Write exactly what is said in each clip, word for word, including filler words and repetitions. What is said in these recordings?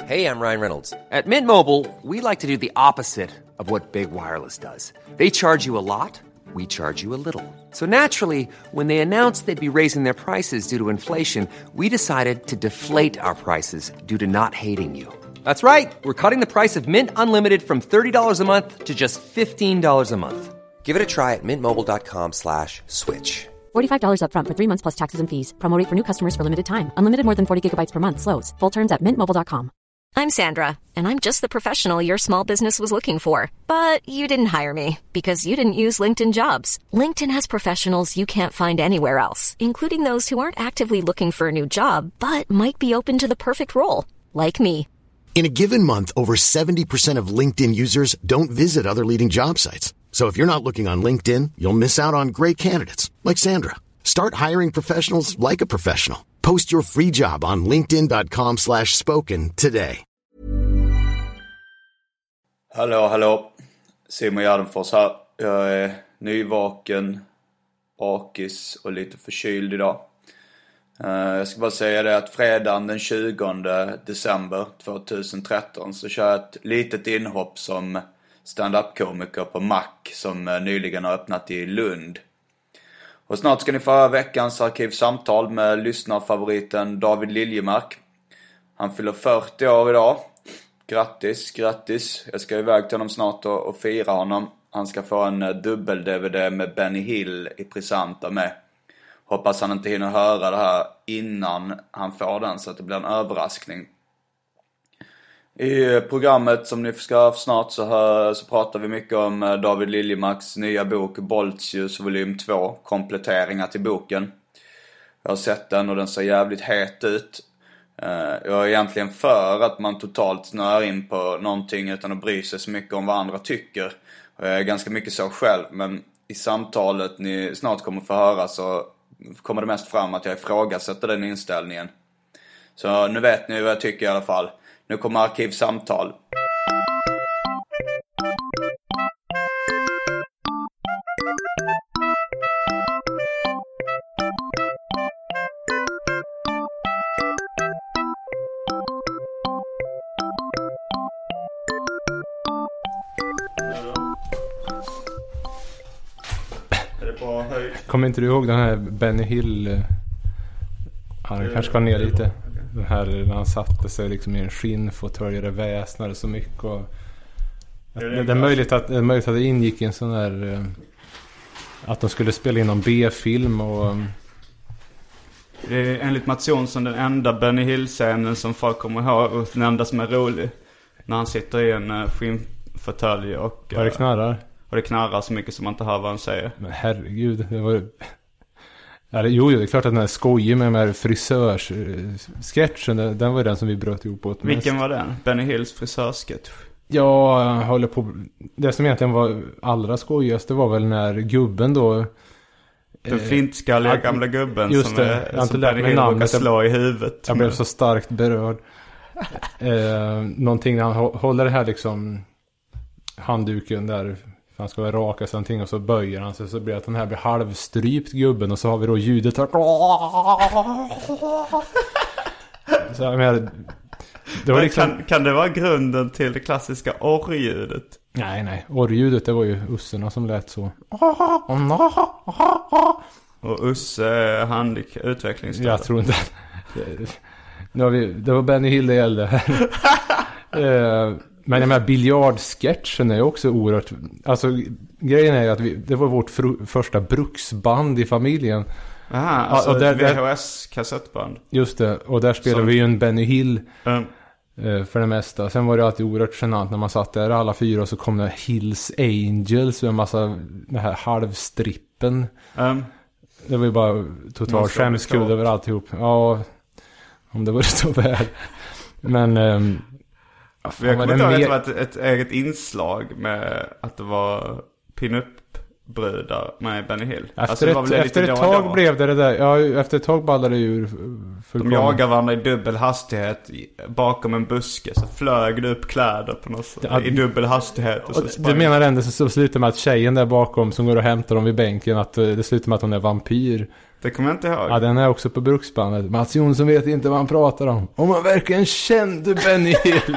Hey, I'm Ryan Reynolds. At Mint Mobile, we like to do the opposite of what Big Wireless does. They charge you a lot, we charge you a little. So naturally, when they announced they'd be raising their prices due to inflation, we decided to deflate our prices due to not hating you. That's right. We're cutting the price of Mint Unlimited from thirty dollars a month to just fifteen dollars a month. Give it a try at mintmobile.com slash switch. forty-five dollars up front for three months plus taxes and fees. Promo rate for new customers for limited time. Unlimited more than forty gigabytes per month slows. Full terms at mint mobile dot com. I'm Sandra, and I'm just the professional your small business was looking for. But you didn't hire me because you didn't use LinkedIn Jobs. LinkedIn has professionals you can't find anywhere else, including those who aren't actively looking for a new job, but might be open to the perfect role, like me. In a given month, over seventy percent of LinkedIn users don't visit other leading job sites. So if you're not looking on LinkedIn, you'll miss out on great candidates like Sandra. Start hiring professionals like a professional. Post your free job on linkedin.com slash spoken today. Hallå, hallå. Simon Gärdenfors här. Jag är nyvaken, bakis och lite förkyld idag. Uh, jag ska bara säga det att fredagen den tjugonde december tjugohundratretton så kör jag ett litet inhopp som stand-up-komiker på Mac som uh, nyligen har öppnat i Lund. Och snart ska ni få höra veckans arkivsamtal med lyssnarfavoriten David Liljemark. Han fyller fyrtio år idag. Grattis, grattis. Jag ska iväg till honom snart och, och fira honom. Han ska få en uh, dubbel-D V D med Benny Hill i present av mig. Hoppas han inte hinner höra det här innan han får den så att det blir en överraskning. I programmet som ni ska ha snart så, hör, så pratar vi mycket om David Liljemarks nya bok Boltius volym två, kompletteringar till boken. Jag har sett den och den ser jävligt het ut. Jag är egentligen för att man totalt snör in på någonting utan att bry sig så mycket om vad andra tycker. Och jag är ganska mycket så själv, men i samtalet ni snart kommer få höra så kommer det mest fram att jag ifrågasätter den inställningen. Så nu vet ni vad jag tycker i alla fall. Nu kommer arkivsamtal. Kommer inte du ihåg den här Benny Hill? Han kanske ska ner lite. Den här när han satte sig liksom i en skinnfåtölj och det väsnade så mycket. Och det, det, det, är möjligt att, det är möjligt att det ingick i en sån där att de skulle spela in en B-film. Och det är enligt Mats Jonsson den enda Benny Hill-scenen som folk kommer ihåg och den enda som är rolig. När han sitter i en skinnfåtölj och, och det knarrar. Och det knarrar så mycket som man inte hör vad han säger. Men herregud, det var... Ja, det, jo, det är klart att den här skojen med de här frisörs-sketchen, den, den var den som vi bröt ihop åt mest. Vilken var den? Benny Hills frisörsketch? Ja, jag håller på... Det som egentligen var allra skojigast, det var väl när gubben då... Den eh, flintskalliga gamla gubben just som, det, är, jag som Benny Hill brukar slå i huvudet. Jag blev så starkt berörd. eh, någonting när han håller det här liksom handduken där... Han ska vara raka sig någonting och så böjer han sig så blir det att den här blir halvstrypt gubben och så har vi då ljudet här. Så jag menar, det var liksom... kan, kan det vara grunden till det klassiska orrljudet? Nej, nej. Orrljudet, det var ju usserna som lät så. Och Usse handlik utvecklingsstörd. Jag tror inte. Nu har vi, det var Benny Hill det gällde här. Men den här biljardsketchen är också oerhört... Alltså, grejen är ju att vi, det var vårt fr- första bruksband i familjen. Aha, alltså och där, ett V H S-kassettband. Just det, och där spelade Som... vi ju en Benny Hill mm. eh, för det mesta. Sen var det alltid oerhört genant när man satt där alla fyra och så kom det Hills Angels med en massa den här halvstrippen. Mm. Det var ju bara total skämskudd över alltihop. Ja, om det var så väl. Men... Ehm, Ja, jag kommer inte ihåg att det var ett, ett eget inslag med att det var pin-up brudar med Benny Hill. Efter alltså, ett, efter ett tag blev det det där. Ja, efter ett tag ballade det ur fullkomligt. De jagar varandra i dubbel hastighet bakom en buske. Så flög det upp kläder på något sätt, ja, i dubbel hastighet. Och så du menar ändå så, så slutar med att tjejen där bakom som går och hämtar dem vid bänken, att det slutar med att hon är vampyr. Det kommer jag inte ihåg. Ja, den är också på bruksbandet. Mats Jonsson vet inte vad han pratar om. Om man verkligen kände Benny Hill.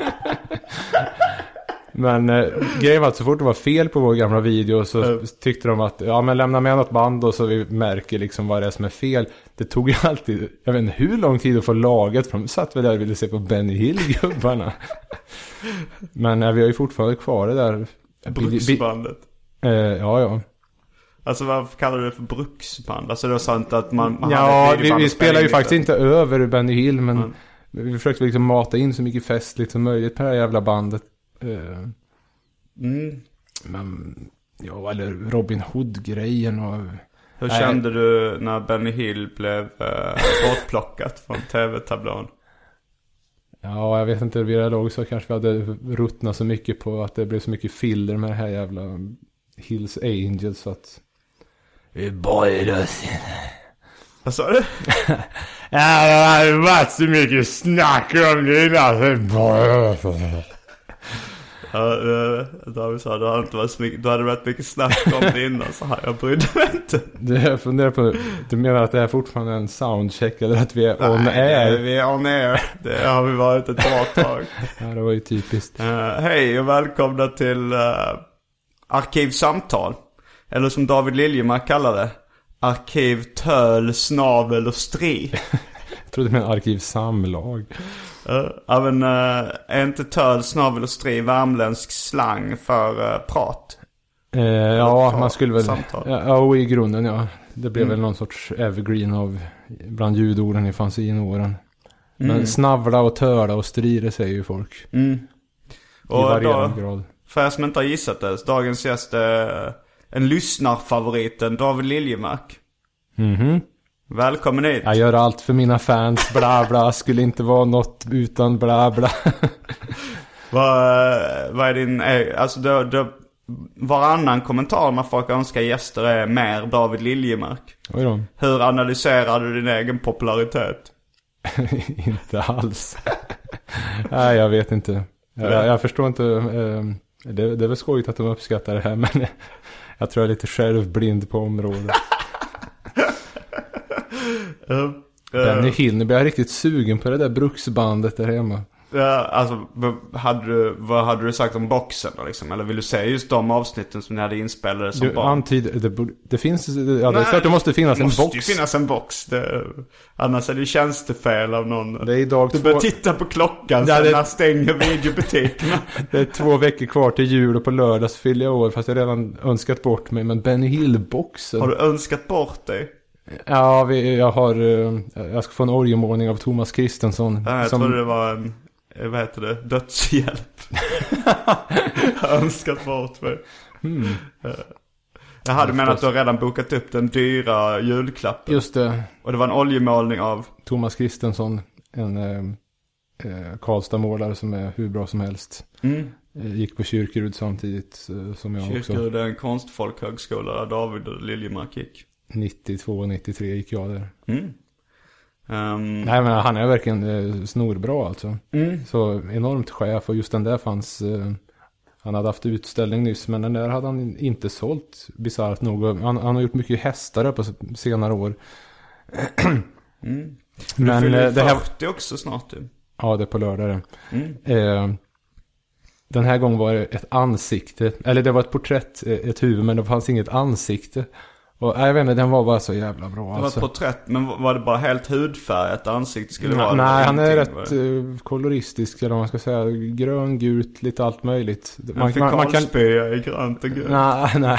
Men eh, grejen var att så fort det var fel på vår gamla video så mm. tyckte de att ja, men lämna med något band och så vi märker liksom vad det är som är fel. Det tog ju alltid, jag vet inte hur lång tid att få laget, för de satt väl där och ville se på Benny Hill-gubbarna. Men eh, vi har ju fortfarande kvar det där bruksbandet. Eh, ja, ja. Alltså vad kallar du det för bruksband? Alltså det var sant att man, man ja, hade vi, vi spelar ju lite. faktiskt inte över Benny Hill, men mm. vi försökte liksom mata in så mycket festligt som möjligt på det här jävla bandet. Uh, mm. Men ja, eller Robin Hood-grejen och... Hur äh, kände du när Benny Hill blev uh, bortplockat från tv-tablån? Ja, jag vet inte, vid det låg så kanske vi hade ruttnat så mycket på att det blev så mycket filler med det här jävla Hills Angels, så att... Vi började... Vad sa du? Ja, det har varit så mycket snack om det innan. Ja, David sa du hade inte varit så mycket, du hade varit mycket snack om det innan, så här, jag brydde mig inte. Det jag funderar på, du menar att det är fortfarande en soundcheck eller att vi är on Nej, air? Nej, vi är on air. Det har vi varit ett bra tag. Ja, det var ju typiskt. Uh, hej och välkomna till uh, Arkivsamtal. Eller som David Liljemark kallar det, Arkiv, töl, snavel och stri. Jag trodde det var en arkivsamlag. Uh, ja, men uh, är inte töl, snavel och stri värmländsk slang för uh, prat? Eh, ja, man skulle väl... Samtal. Ja, och i grunden, ja. Det blev mm. väl någon sorts evergreen av bland ljudorden i fanzinåren. Men mm. snavla och töla och stri, det säger ju folk. Mm. I varierande grad. För er som inte har gissat det, dagens gäst är en lyssnarfavoriten, David Liljemark. Mhm. Välkommen hit. Jag gör allt för mina fans, bla bla. Skulle inte vara något utan bla bla. vad, vad är din... Alltså det, det, varannan kommentar när folk önskar gäster är mer David Liljemark. Oj då. Hur analyserar du din egen popularitet? Inte alls. Nej, jag vet inte. Jag, jag förstår inte. Det, det är väl skojigt att de uppskattar det här, men jag tror jag är lite självblind på området. Uh, uh, Benny Hill, nu blir jag riktigt sugen på det där bruksbandet där hemma. Ja, alltså, hade du, vad hade du sagt om boxen då, liksom? Eller vill du säga just de avsnitten som ni hade inspelade som du, barn? Antyd, det, borde, det finns, ja, det är klart det måste finnas en box. Det måste ju finnas en box, det, annars är det tjänstefel av någon. Det är idag du två... börjar titta på klockan, ja, sen det... när stänger videobutikerna. Det är två veckor kvar till jul och på lördag så fyller jag år, fast jag redan önskat bort mig. Men Benny Hill-boxen... Har du önskat bort dig? Ja, vi, jag har... Jag ska få en orgelmålning av Thomas Kristensson. Ja, jag som... trodde det var en... Vad heter det? Dödshjälp. Jag har önskat bort mig. Mm. Jag hade menat att du har redan bokat upp den dyra julklappen. Just det. Och det var en oljemålning av Thomas Kristensson. En eh, Karlstad-målare som är hur bra som helst. Mm. Gick på Kyrkerud samtidigt eh, som jag Kyrkerud också. Kyrkerud är en konstfolkhögskola där David och Liljemark gick. nittiotvå nittiotre gick jag där. Mm. Um, Nej, men han är verkligen eh, snorbra alltså. Mm. Så enormt chef, och just den där fanns... Eh, han hade haft utställning nyss, men den där hade han inte sålt, bizarrt nog. Han, han har gjort mycket hästar på senare år. mm. Men du fyller det här fyrtio också snart du. Ja, det är på lördag. Mm. Eh, den här gången var det ett ansikte, eller det var ett porträtt, ett huvud, men det fanns inget ansikte. Och jag vet inte, den var bara så jävla bra. Det var alltså. ett porträtt, men var det bara helt hudfärgat ett ansikte skulle Nej, vara? nej, han är rätt rätt koloristisk, eller vad man ska säga. Grön, gult, lite allt möjligt. Man, man, man kan spöa i grönt och gult. Nej, nej.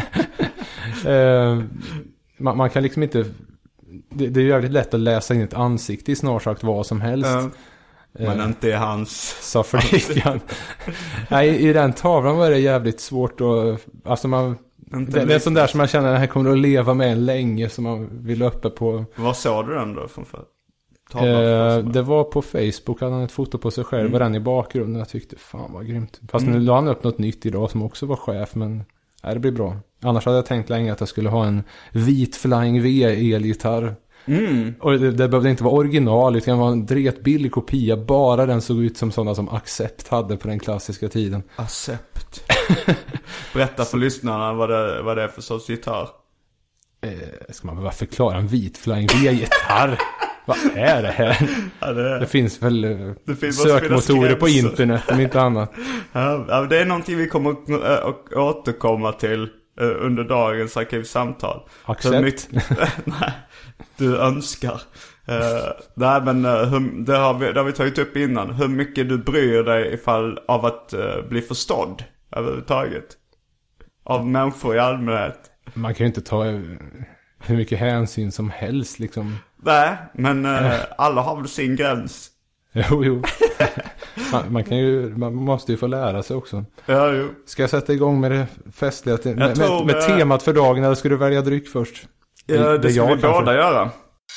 uh, man, man kan liksom inte... Det, det är ju jävligt lätt att läsa in ett ansikte i snart sagt vad som helst. Uh, men uh, inte i hans... Sa flickan. Nej, i den tavlan var det jävligt svårt att... Alltså man... Det, det är sån där som man känner att den här kommer att leva med en länge, som man vill uppe på. Vad såg du den då från för? Eh, det var på Facebook, hade han ett foto på sig själv, mm. var den i bakgrunden. Jag tyckte, fan vad grymt. Fast mm. nu la han upp något nytt idag som också var chef, men nej, det blir bra. Annars hade jag tänkt länge att jag skulle ha en vit Flying V-elgitarr. Mm. Och det, det behövde inte vara original, utan det var en dretbillig kopia. Bara den såg ut som sådana som Accept hade på den klassiska tiden. Accept. Berätta för lyssnarna vad det, vad det är för sorts gitarr. Eh, ska man bara förklara en vit Flying V-gitarr? Vad är det här? Ja, det, är... det finns väl det finns sökmotorer på internet om inte annat. Ja, det är någonting vi kommer att återkomma till under dagens arkivsamtal. Accept? Mycket... Nej, du önskar. Uh, nej, men uh, hur, det, har vi, det har vi tagit upp innan. Hur mycket du bryr dig ifall av att uh, bli förstådd överhuvudtaget. Av människor i allmänhet. Man kan ju inte ta hur mycket hänsyn som helst liksom. Nej, men uh, alla har väl sin gräns. Jo, jo. Man, man, kan ju, man måste ju få lära sig också. Ja, jo. Ska jag sätta igång med det festliga te- med, med, med temat för dagen, eller ska du välja dryck först? Ja, det, det ska jag vi kanske. Båda göra.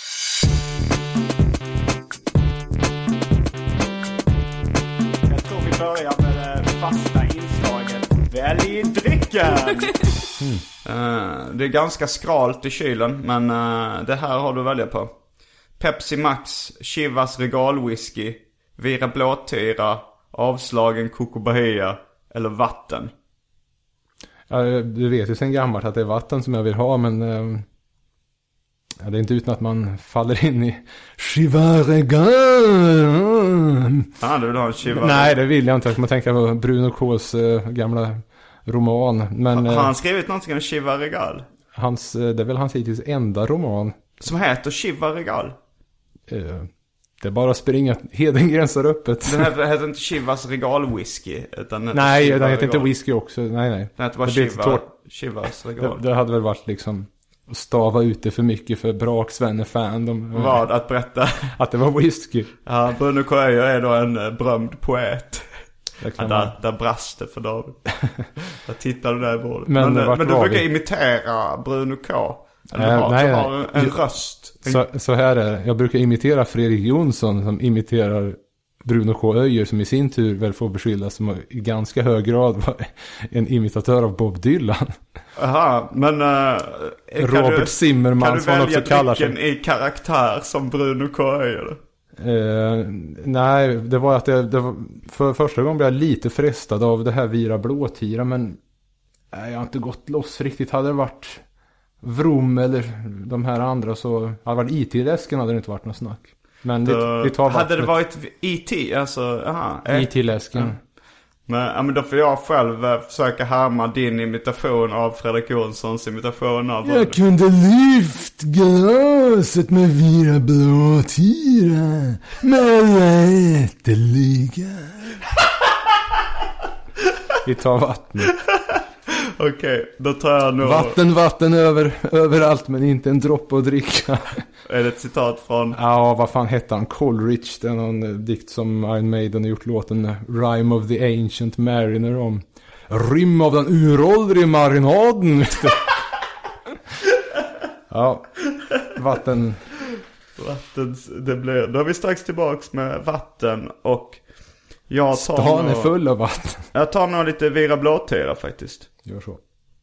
Jag tror vi börjar med det fasta inslaget. Välj drycken! mm. uh, det är ganska skralt i kylen, men uh, det här har du att välja på. Pepsi Max, Chivas Regal Whisky, Vira Blåtyra, Avslagen Coco Bahia eller vatten. Ja, du vet ju sen gammalt att det är vatten som jag vill ha, men eh, ja, det är inte utan att man faller in i Chivas Regal. Ah, du vill ha en Chivas? Nej, det vill jag inte. Jag kommer tänka på Bruno K's eh, gamla roman. Men, har han skrivit någonting om Chivas Regal? Hans, det är väl hans hittills enda roman. Som heter Chivas Regal? Det är bara att springa Hedengränsar öppet. Den heter, heter inte Chivas Regal Whisky, utan nej, Chivas den heter Regal. Inte whisky också. Nej, nej. Den heter bara Chiva, tår... Chivas Regal. Det, det hade väl varit liksom att stava ut det för mycket för Braksvänner-fan. De, vad? Att berätta? Att det var whisky. Ja, Bruno Coelho är då en berömd poet. Ja, där, där brast det för David. Jag tittade där i bordet. Men, men, men du brukar vi? imitera Bruno K. Eller äh, har, nej, har en, en röst. Så, så här är det. Jag brukar imitera Fredrik Jonsson som imiterar Bruno K. Öijer, som i sin tur väl får beskyllas som i ganska hög grad var en imitatör av Bob Dylan. Aha, men uh, Robert du, Zimmerman som han också kallar sig. Kan du välja drycken i karaktär som Bruno K. Öijer? Uh, nej, det var att det, det var, för första gången blev jag lite frestad av det här Vira Blåtyra, men nej, jag har inte gått loss riktigt. Hade det varit Vroom eller de här andra så hade det varit I T-läsken, hade det inte varit något snack. Men vi, vi tar hade det varit I T, alltså, aha. I T-läsken. Mm. Men, ja, men då får jag själv eh, försöka härma din imitation av Fredrik Jonssons imitation av... Jag kunde lyft glaset med Vira Blåtyra med ätterliga. Vi tar vatten. Okej, okay, då tar jag nog... Vatten, vatten över, överallt, men inte en droppe att dricka. Är det ett citat från... Ja, vad fan hette han? Coleridge, det är någon dikt som Iron Maiden har gjort låten Rime of the Ancient Mariner om. Rym av den uråldriga marinaden. Ja, vatten. Vatten, det blir... Då är vi strax tillbaks med vatten och... Jag tar Stan några... är full av vatten. Jag tar nog lite Vira Blåtyra faktiskt. Gör så.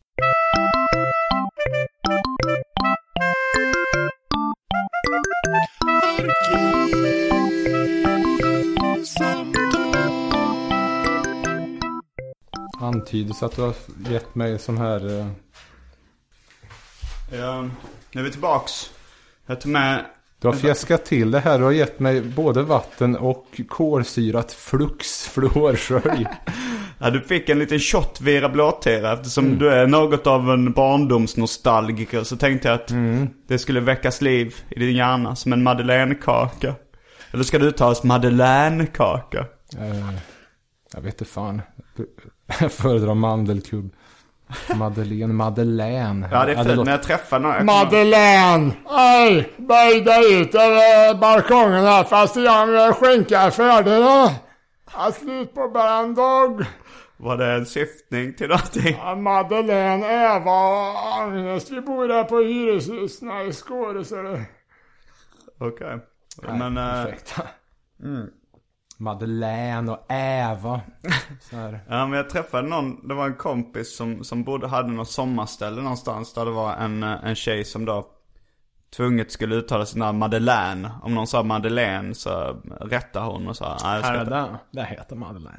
Antydes att du har gett mig sån här... Uh... Ja, nu är vi tillbaks. Jag tar med... Du har fjäskat till det här och har gett mig både vatten och kolsyrat fluxfluorskölj. Ja, du fick en liten shot Vira Blåtyra eftersom mm. du är något av en barndomsnostalgiker, så tänkte jag att mm. det skulle väckas liv i din hjärna som en madeleinekaka. Eller ska du ta oss madeleinekaka? Uh, jag vet inte fan. Jag föredrar mandelkubb. Madeleine, Madeleine. Ja, det är fint när jag träffar någon. Madeleine! Oj, böjda ut över balkongen här fast jag vill skänka färdig då. Jag slut på branddag. Var det en syftning till någonting? Ja, Madeleine, Eva och Agnes, vi bor där på hyreshusen i Skåre, så det. Okej. Okay. Men... Perfekt. Uh, mm. Madeleine och Eva. Så här. Ja, men jag träffade någon, det var en kompis som, som bodde, hade någon sommarställe någonstans där det var en, en tjej som då tvunget skulle uttala sina Madeleine. Om någon sa Madeleine så rättade hon och sa nej, jag ska inte. Det heter Madeleine.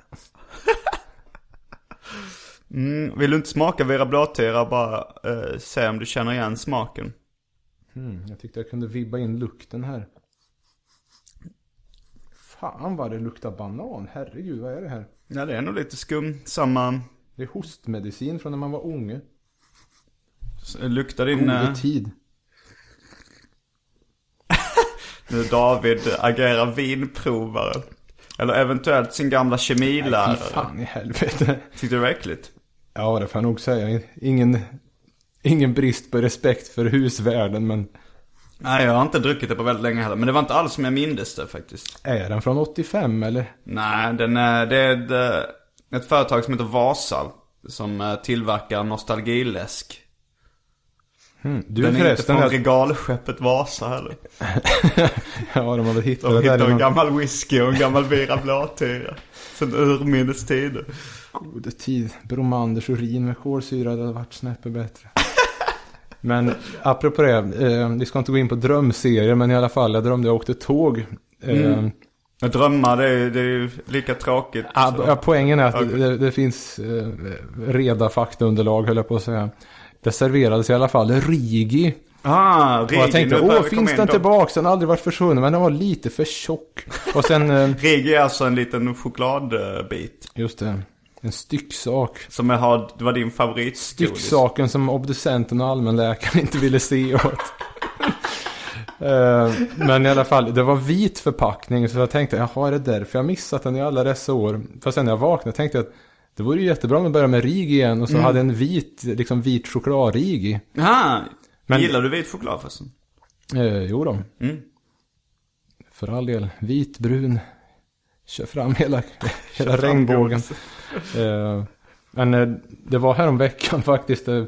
mm, vill du inte smaka Vera Blåtira och bara eh, se om du känner igen smaken? Mm, jag tyckte jag kunde vibba in lukten här. Fan vad det luktar banan. Herregud, vad är det här? Ja, det är nog lite skum. Samma... Det är hostmedicin från när man var unge. Så, luktar din... Gode tid. Nu David agerar vinprovare. Eller eventuellt sin gamla kemilärare. Nej, fy fan i helvete. Tyckte du det var äckligt? Ja, det får jag nog säga. Ingen, ingen brist på respekt för husvärden, men... Nej, jag har inte druckit det på väldigt länge heller. Men det var inte alls som jag mindes det faktiskt. Är den från åttiofem eller? Nej, den är, det är ett, ett företag som heter Vasa. Som tillverkar nostalgiläsk. Hmm. Du den är förresten, inte från regalskeppet Vasa heller. Ja, de har väl hittat de det där. De hittar en gammal whisky och en gammal Vera Blåtira. Sen urminnes tider. Gode tid. Bromanders urin med kolsyra hade varit snäppet bättre. Men apropå det, eh, vi ska inte gå in på drömserier, men i alla fall, jag drömde jag åkte tåg. Eh, mm. Jag drömmar, det är, det är lika tråkigt. Ja, ja, poängen är att okay. det, det finns eh, reda faktaunderlag, höll jag på att säga. Det serverades i alla fall Rigi. Ah, Rigi. Och jag tänkte, åh, finns den tillbaka? Den har aldrig varit försvunnen, men den var lite för tjock. Och sen... Eh, Rigi är alltså en liten chokladbit. Just det. En stycksak. Som jag har, det var din favorit. Stycksaken som obducenten och allmänläkaren inte ville se åt. uh, men i alla fall, det var vit förpackning. Så jag tänkte, jaha, är det därför jag missat den i alla dessa år? För sen när jag vaknade tänkte jag att det vore ju jättebra om jag började med Rigi igen. Och så mm. hade en vit, liksom vit choklad-Rigi. Jaha, men gillar du vit choklad förresten? Uh, jo då. Mm. För all del, vit, brun. Kör fram hela, hela regnbågen. uh, men uh, det var här om veckan faktiskt. Uh,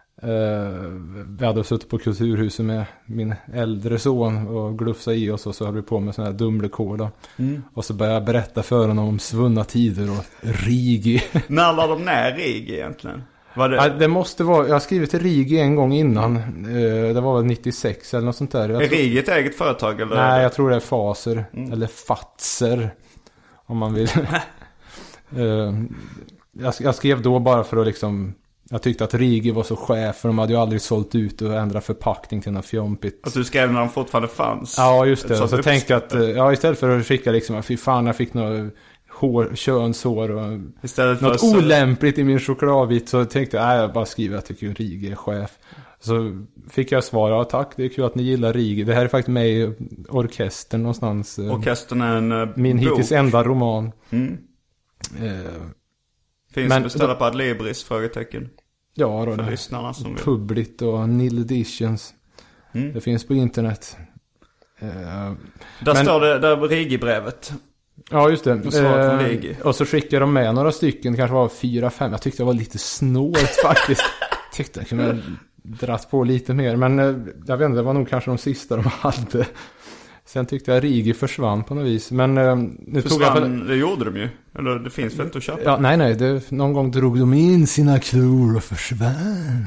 vi hade suttit på Kulturhuset med min äldre son och glufsa i oss, och så höll vi på med sån här Dumlekola. Mm. Och så började jag berätta för honom om svunna tider och Rigi. När la de ner Rigi egentligen? Var det... Ja, det måste vara, jag har skrivit till Rigi en gång innan. uh, Det var väl nittiosex eller något sånt där. Jag är tror... Rigi ett eget företag? Eller? Nej, jag tror det är Faser. Mm. Eller Fatser, om man vill. uh, jag, jag skrev då bara för att liksom, jag tyckte att Rigi var så chef, för de hade ju aldrig sålt ut och ändrat förpackning till något fjompigt. Att du skrev när de fortfarande fanns? Ja, just det. Så, så tänkte jag att, ja, istället för att skicka liksom, fy fan, jag fick något hår, könshår och istället för något så... olämpligt i min chokladbit, så tänkte jag, nej, jag bara skriver att jag tycker Rigi är chef. Så fick jag svar, ja tack, det är kul att ni gillar Rigi. Det här är faktiskt med i orkestern någonstans. Orkestern är en uh, min bok. hittills enda roman. Mm. Uh, Finns men, beställa på Adlibris, frågetecken. Ja då, för lyssnarna som vill. Public och Nil Editions. Mm. Det finns på internet. Uh, där men, står det, där Rigi-brevet. Ja, just det. Och, uh, Rigi. och så skickade de med några stycken, kanske var fyra, fem. Jag tyckte det var lite snålt faktiskt. Tyckte jag kunde dratt på lite mer. Men jag vet inte, det var nog kanske de sista de hade. Sen tyckte jag Rigi försvann på något vis. Men nu försvann, tog jag för... det gjorde de ju. Eller det finns väl inte att köpa. Ja, nej, nej. Det, någon gång drog de in sina klor och försvann.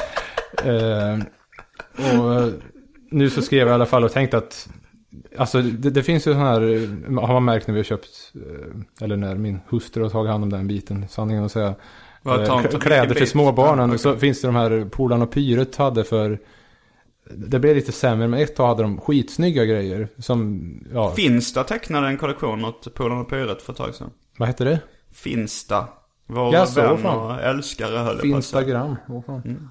uh, och nu så skrev jag i alla fall och tänkte att alltså det, det finns ju sån här, har man märkt när vi har köpt, eller när min hustru har tagit hand om den biten, sanningen att säga. Eh, kläder till småbarnen, ja, okay. Så finns det de här Polarn och Pyret hade för, det blev lite sämre, men ett tag hade de skitsnygga grejer som, ja. Finsta tecknade en kollektion åt Polarn och Pyret för ett tag sedan. Vad heter det? Finsta. Vår ja, vän och älskare höll det på Instagram. Oh, fan. Mm.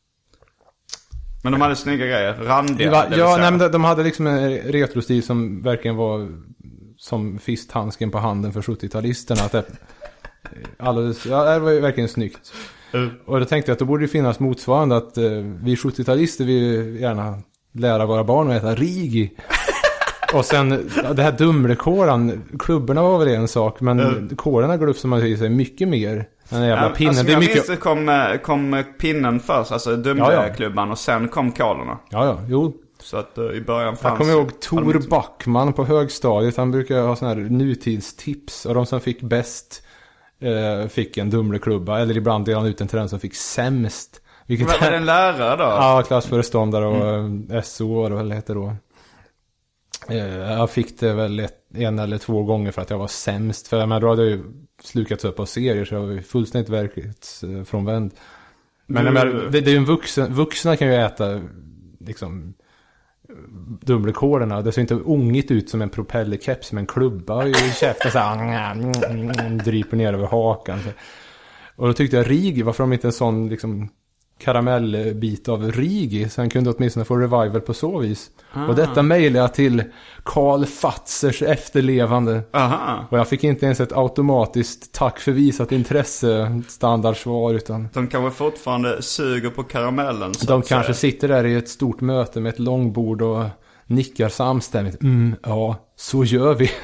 Men de hade snygga grejer, randiga. Va, ja, nej, men de, de hade liksom en retrostil som verkligen var som fisthandsken på handen för sjuttio-talisterna. Att det, alldeles, ja, det var ju verkligen snyggt. Mm. Och då tänkte jag att det borde finnas motsvarande att eh, vi sjuttio-talister vill gärna lära våra barn att äta Rigi. Och sen det här Dumlekolan, klubborna var väl en sak, men mm. kolarna glufsar man i sig mycket mer. Den jävla ja, pinnen. Alltså, det är jag mycket... minns kom, kom pinnen först, alltså Dumleklubban, ja, ja. Och sen kom kolarna. Ja, ja, jo. Så att uh, i början fanns... Jag kommer ihåg Tor Backman på högstadiet. Han brukar ha sån här nutidstips. Och de som fick bäst eh, fick en Dumleklubba. Eller ibland delade han ut den till den som fick sämst. Vilket var, var det en lärare då? Ja, klassföreståndare och mm. S O eller vad det heter då. Eh, jag fick det väl ett, en eller två gånger för att jag var sämst. För men då hade jag ju slukats upp av serier så jag var ju fullständigt verklighetsfrånvänd. Men, du... men det, det är ju en vuxen, vuxna kan ju äta liksom Dumlekorderna. Det ser inte ungigt ut som en propellerkeps med en klubba i käften så här dryper ner över hakan. Så. Och då tyckte jag Rigi, varför de inte en sån liksom karamellbit av Rigi så han kunde åtminstone få revival på så vis. Ah. Och detta mejlade jag till Karl Fatzers efterlevande. Aha. Och jag fick inte ens ett automatiskt tack för visat intresse standardsvar utan de kanske fortfarande suger på karamellen. Så de kanske säga. Sitter där i ett stort möte med ett långbord och nickar samstämmigt. Mm, ja, så gör vi.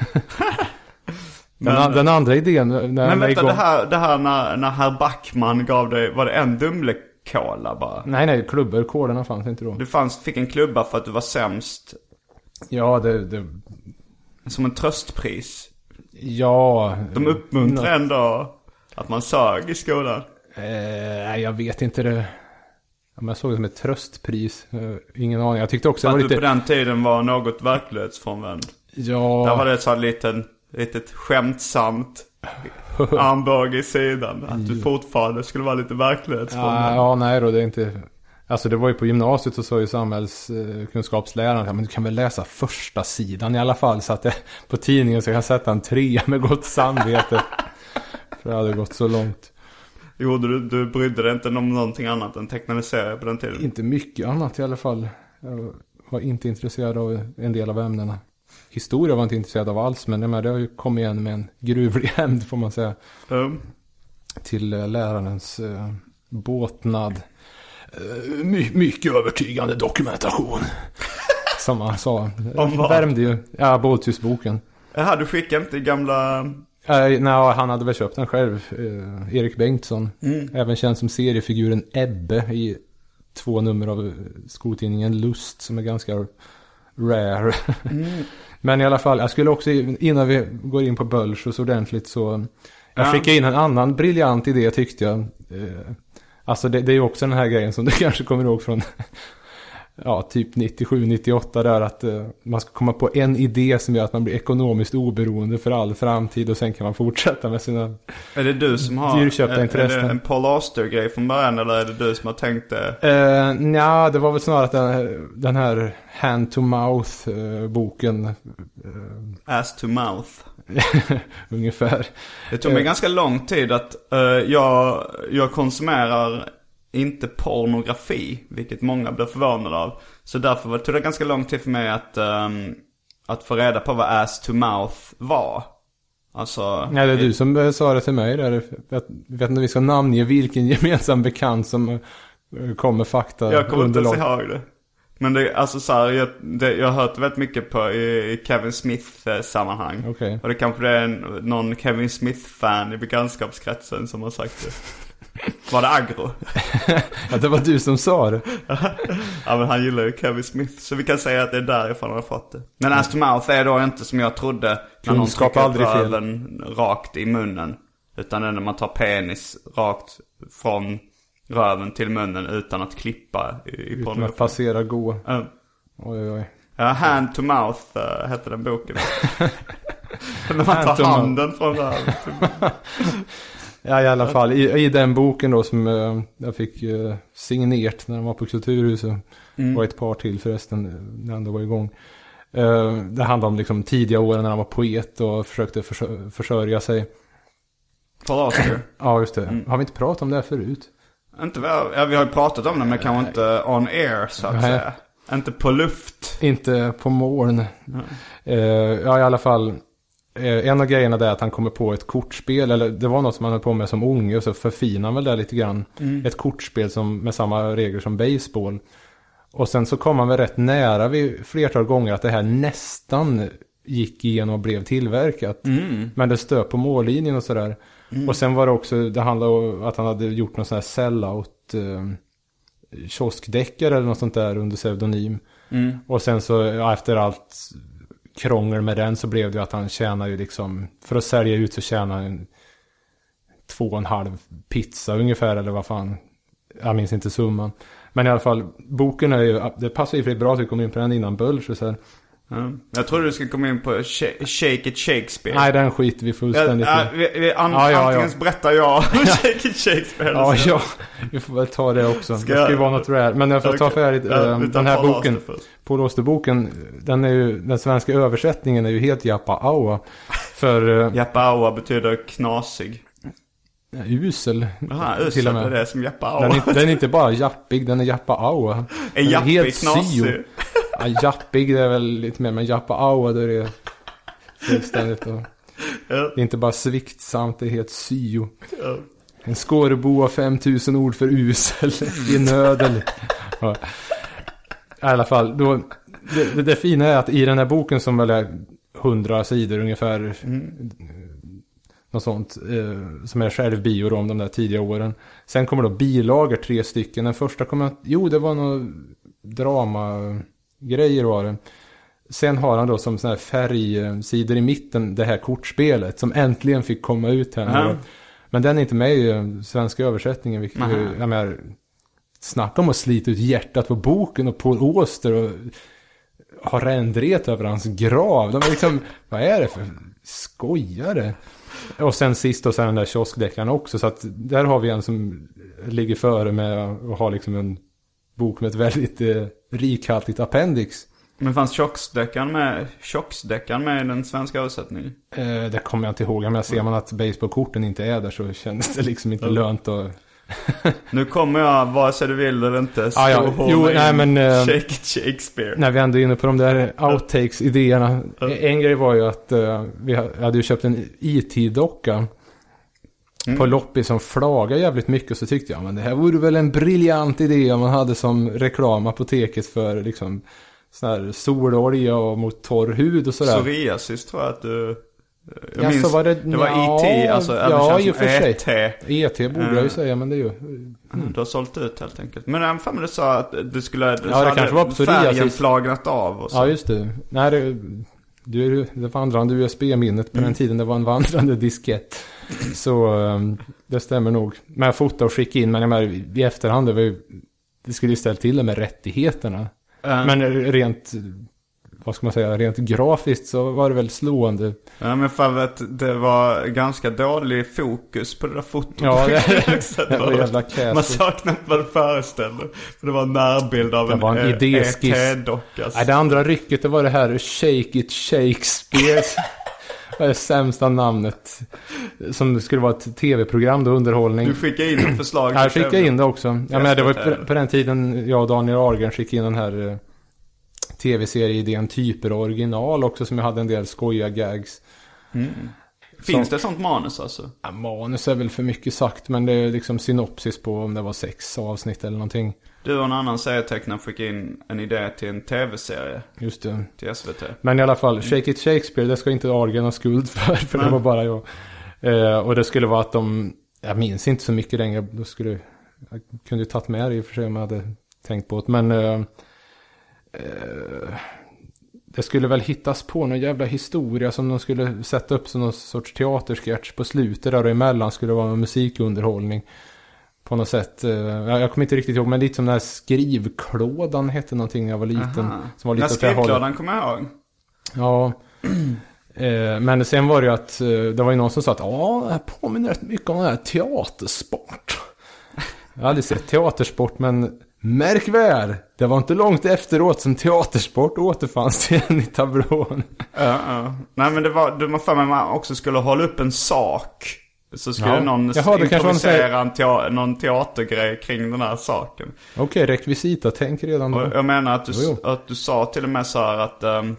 Men, den, den andra idén när men vänta, igång... det här, det här när, när herr Backman gav dig, var det en Dumle Kola bara? Nej, nej, klubbor, koderna fanns inte då. Du fanns, fick en klubba för att du var sämst. Ja, det... det... Som en tröstpris. Ja. De uppmuntrar no... ändå att man sög i skolan. Eh, jag vet inte det. Ja, jag såg det som ett tröstpris. Eh, ingen aning. Jag tyckte också... Att var du lite... på den tiden var något verklighetsfrånvänd. Ja. Där var det så här liten, litet skämtsamt armbåge i sidan. Att du fortfarande skulle vara lite verklighetsfrånvänd. Ja, ja, nej då, det är inte... Alltså det var ju på gymnasiet och så ju samhällskunskapsläraren ja, men du kan väl läsa första sidan i alla fall så att det på tidningen så jag kan sätta en trea med gott samvete. För det hade gått så långt. Gjorde du, du brydde dig inte om någonting annat än tecknade serier på den tiden? Inte mycket annat i alla fall. Jag var inte intresserad av en del av ämnena. Historia var inte intresserad av alls, men det har ju kommit igen med en gruvlig hämnd får man säga. Mm. Till lärarens uh, båtnad. My, mycket övertygande dokumentation. Som han sa. Värmde ju. Ja, Båthusboken. Jaha, du skickade inte gamla... Äh, nej, han hade väl köpt den själv. Eh, Erik Bengtsson. Mm. Även känd som seriefiguren Ebbe i två nummer av skoltidningen Lust som är ganska rare. Mm. Men i alla fall, jag skulle också, innan vi går in på Bölsch och så ordentligt så... Jag ja. skickade in en annan briljant idé tyckte jag. Eh, Alltså det, det är ju också den här grejen som du kanske kommer ihåg från ja, typ nittiosju nittioåtta där att uh, man ska komma på en idé som gör att man blir ekonomiskt oberoende för all framtid och sen kan man fortsätta med sina är det du som har dyrköpta intressen. Är det en Paul Auster-grej från början eller är det du som har tänkt det? Uh, nja, det var väl snarare att den, den här hand to mouth uh, boken uh, ass to mouth ungefär. Det tog mig uh, ganska lång tid att uh, jag, jag konsumerar inte pornografi, vilket många blir förvånade av. Så därför var, tog det ganska lång tid för mig att, um, att få reda på vad ass to mouth var. Alltså... Nej, det är du som sa det till mig där. Jag vet inte om vi ska namnge vilken gemensam bekant som kommer fakta. Jag kommer inte ens ihåg det. Men det, alltså så här, jag, det, jag har hört väldigt mycket på i, i Kevin Smith-sammanhang. Okay. Och det kanske är en, någon Kevin Smith-fan i bekantskapskretsen som har sagt det. Var det aggro? Ja, det var du som sa det. Ja, men han gillar ju Kevin Smith. Så vi kan säga att det är därifrån han har fått det. Men ass to mouth är då inte som jag trodde när någon trycker upp röven rakt i munnen. Utan det är när man tar penis rakt från röven till munnen utan att klippa i, i utan att passera gå. Mm. Oj, oj, oj. Ja, hand to mouth uh, heter den boken. När man tar handen från röven. Ja, i alla fall. I, i den boken då som uh, jag fick uh, signerat när jag var på Kulturhuset. Mm. Och ett par till förresten när han då var igång. Uh, det handlar om liksom tidiga åren när han var poet och försökte försö- försörja sig. Paul Auster. Ja, just det. Mm. Har vi inte pratat om det här förut? Inte väl. Ja, vi har ju pratat om det men kanske inte on air så att Nej. säga. Inte på luft. Inte på moln. Mm. Uh, ja, i alla fall. En av grejerna är att han kommer på ett kortspel, eller det var något som han höll på med som unge och så förfinar han väl det lite grann. Mm. Ett kortspel som, med samma regler som baseball. Och sen så kom han väl rätt nära vid flertal gånger att det här nästan gick igenom och blev tillverkat. Mm. Men det stöp på mållinjen och sådär. Mm. Och sen var det också, det handlade om att han hade gjort någon sån här sellout eh, kioskdeckare eller något sånt där under pseudonym. Mm. Och sen så ja, efter allt krångel med den så blev det att han tjänar ju liksom, för att sälja ut så tjänar han två och en halv pizza ungefär, eller vad fan, jag minns inte summan. Men i alla fall, boken är ju, det passar ju för bra att vi kommer in på den innan Bölsch så här. Mm. Jag tror du ska komma in på Sh- Shake It Shakespeare. Nej, den skiter vi fullständigt ja, ja, vi, vi, an, ja, ja, Antingen ja. berättar jag Shake It Shakespeare. Ja, ja, vi får väl ta det också. Ska det ska ju vara något rare. Men jag får okay. ta färdigt ja, äh, den här boken. Paul Auster-boken, den är ju, den svenska översättningen är ju helt jappa aua. För äh, jappa aua betyder knasig. Usel. Aha, usel är det som jappa aua. Den är, den är inte bara jappig, den är jappa aua. Är jappig helt knasig? Ja, jappig det är väl lite mer, men jappa aua det är fullständigt. Och ja. Det är inte bara sviktsamt, det är helt syo. Ja. En skårebo av femtusen ord för usel i nödel. Ja. I alla fall, då, det, det, det fina är att i den här boken som väl är hundra sidor ungefär, mm. något sånt, eh, som är självbio om de där tidiga åren. Sen kommer då bilager, tre stycken. Den första kommer att, jo det var något drama grejer var det. Sen har han då som sån här färgsidor i mitten det här kortspelet som äntligen fick komma ut här. Mm. Men den är inte med i svenska översättningen, vilket mm. jag menar, snacka om att slita ut hjärtat på boken och Paul Auster och ha rändret över hans grav. De är liksom, vad är det för skojare? Och sen sist och sen den där kioskdeckaren också, så att där har vi en som ligger före med att ha liksom en bok med ett väldigt eh, rikhaltigt appendix. Men fanns tjocksdeckaren med, tjocksdeckaren med i den svenska översättningen? Eh, det kommer jag inte ihåg. Men ser man att baseballkorten inte är där så känns det liksom inte mm. lönt att... Nu kommer jag, vare sig du vill eller inte, stå ah, ja. jo, nej, men, äh, Shake It Shakespeare. När vi ändå är inne på de där outtakes-idéerna. Mm. En grej var ju att uh, vi hade ju köpt en I T-docka mm. på loppis som flagade jävligt mycket. Och så tyckte jag, men det här vore väl en briljant idé om man hade som reklamapoteket för liksom sån här sololja och mot torr hud och sådär. Psoriasis tror jag att du... Jag ja, minns, så var det, det var ja, I T, alltså ja, i och för sig. E T. E T borde mm. jag ju säga, men det är ju... Mm. Du har sålt ut helt enkelt. Men jag fan, du sa att du skulle... Du ja, det kanske var psoriasis. Färgen flagnat av och så. Ja, just det. Nej, det, det är ju det vandrande U S B-minnet på mm. den tiden. Det var en vandrande diskett. Så um, det stämmer nog. Men jag fotade och skickade in, men jag menar, i efterhand det, var ju, det skulle ju ställa till det med rättigheterna. Mm. Men rent... vad ska man säga, rent grafiskt så var det väl slående. Ja, men för att det var ganska dålig fokus på det där fotot. Ja, det, det var jävla käs. Man saknade vad det föreställde. För det var en närbild av det en, var en idéskiss. E T-docka. Nej, det andra rycket, det var det här Shake It Shakespeare. Det var det sämsta namnet. Som skulle vara ett tv-program då, underhållning. Du skickade in ett förslag. Jag skickade in det också. Ja, men det var på, på den tiden jag och Daniel Argen skickade in den här... tv-serieidén typer original också, som jag hade en del skojiga gags. Mm. Finns som, det sånt manus alltså? Ja, manus är väl för mycket sagt, men det är liksom synopsis på om det var sex avsnitt eller någonting. Du och en annan serietecknare fick in en idé till en tv-serie. Just det. Till S V T. Men i alla fall, Shake It Shakespeare, det ska inte Argen ha skuld för, för mm. det var bara jag. Eh, och det skulle vara att de, jag minns inte så mycket längre, då skulle, jag kunde ju tagit med det i och för sig om jag hade tänkt på det, men... Eh, Uh, det skulle väl hittas på någon jävla historia som de skulle sätta upp som någon sorts teatersketch på slutet där och emellan skulle det vara en musikunderhållning på något sätt. Uh, jag kommer inte riktigt ihåg, men lite som den här skrivklådan hette någonting när jag var liten. Som var lite den skrivklådan kommer jag ihåg. Ja. uh, men sen var det ju att uh, det var ju någon som sa att ja, det här påminner rätt mycket om den här teatersport. Jag hade aldrig sett teatersport, men märk väl, det var inte långt efteråt som teatersport återfanns igen i tablån. Ja, ja. Nej, men det var, du var för mig man också skulle hålla upp en sak. Så skulle ja. någon Jaha, improvisera en te- någon teatergrej kring den här saken. Okej, okay, rekvisita, tänk redan då. Och jag menar att du, jo, jo. att du sa till och med så här att... Um,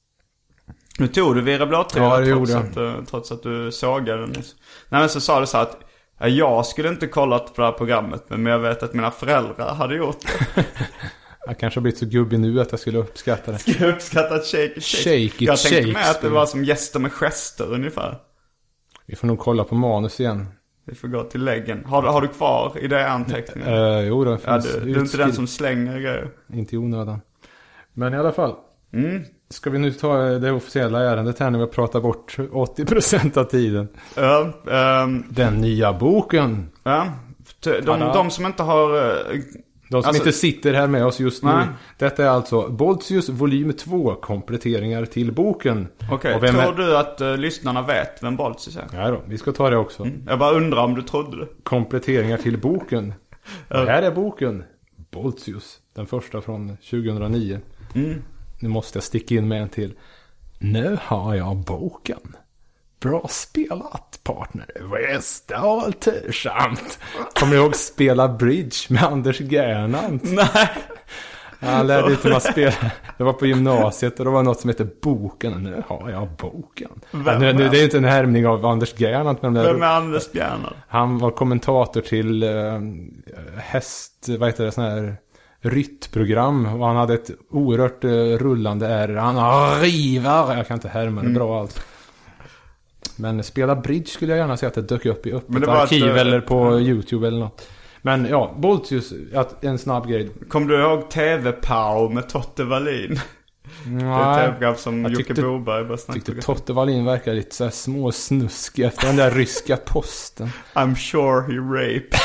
nu tog du Vera Blåtröja ja, trots, att, uh, trots att du sågade den. Nej, men så sa du så här att jag skulle inte kollat på det här programmet, men jag vet att mina föräldrar hade gjort det. Jag kanske har blivit så gubbig nu att jag skulle uppskatta det. Skulle uppskatta shake it, shake. shake it, jag tänkte med att det var som gäster med gester ungefär. Vi får nog kolla på manus igen. Vi får gå till läggen. Har, har du kvar i det anteckningen? Uh, jo då. Ja, du, du är inte den som slänger grejer. Inte i onödan. Men i alla fall. Mm. Ska vi nu ta det officiella ärendet här när vi pratar bort åttio procent av tiden? Ja. Um, Den nya boken. Ja. De, de som inte har... De som alltså, inte sitter här med oss just nu. Nej. Detta är alltså Boltius volym två, kompletteringar till boken. Okej, okay. Tror är... du att uh, lyssnarna vet vem Boltius är? Ja då, vi ska ta det också. Mm. Jag bara undrar om du trodde det. Kompletteringar till boken. Det här är boken Boltius, den första från tjugohundranio. Mm. Nu måste jag sticka in med en till. Nu har jag boken. Bra spelat, partner. Westall tursamt. Kommer du ihåg spela bridge med Anders Gernandt? Nej. Han lärde ut hur man spelade. Det var på gymnasiet och det var något som heter boken. Nu har jag boken. Ja, nu, nu, det är inte en härmning av Anders Gernandt. Men Vem är Anders Gernandt? Han var kommentator till uh, häst, vad heter det, sån här ryttprogram. Och han hade ett oerhört uh, rullande är. Han har rivar. Jag kan inte härma det mm. bra allt. Men spela bridge skulle jag gärna säga att det dök upp i öppet arkiv att, eller på mm. YouTube eller något. Men ja, Boltius, en snabb grej. Kommer du ihåg T V-Pow med Totte Wallin? Nej, det är ett tv-program som Jocke Boberg bara snackade. Jag tyckte Totte Wallin verkar lite så här små snusk efter den där ryska posten. I'm sure he raped.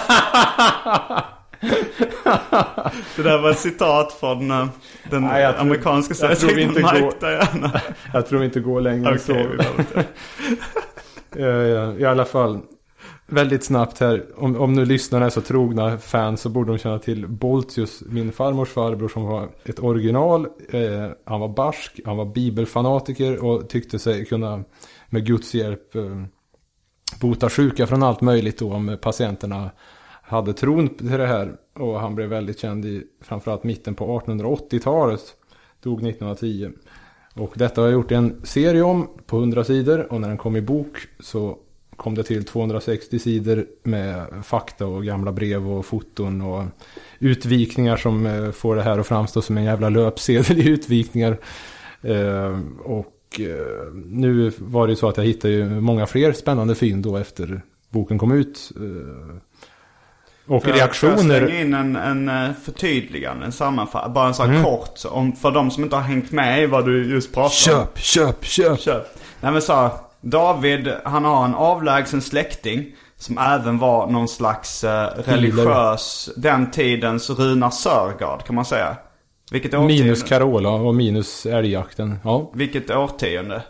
Det där var ett citat från uh, den Nej, jag amerikanska tror, jag tror vi inte Mike går, Diana. Jag tror vi inte går längre okay, så. uh, I alla fall väldigt snabbt här. Om, om nu lyssnarna är så trogna fans så borde de känna till Boltius, min farmors farbror som var ett original. Uh, han var barsk, han var bibelfanatiker och tyckte sig kunna med Guds hjälp uh, bota sjuka från allt möjligt då, om patienterna hade tron till det här. Och han blev väldigt känd i framförallt mitten på artonhundraåttiotalet. Dog nittonhundratio. Och detta har jag gjort en serie om på hundra sidor. Och när den kom i bok så kom det till tvåhundrasextio sidor med fakta och gamla brev och foton och utvikningar som får det här att framstå som en jävla löpsedel i utvikningar. Och nu var det så att jag hittade ju många fler spännande fynd då efter boken kom ut. Och för reaktioner. Jag slänga in en, en förtydligande, en sammanfattning. Bara en sån mm. kort. Om, för de som inte har hängt med i vad du just pratade köp, om. Köp, köp, köp. Nej men så, David, han har en avlägsen släkting som även var någon slags eh, religiös, den tidens Runar Sörgard kan man säga. Vilket årtionde? Minus Carola och minus älgjakten. Ja. Vilket årtionde?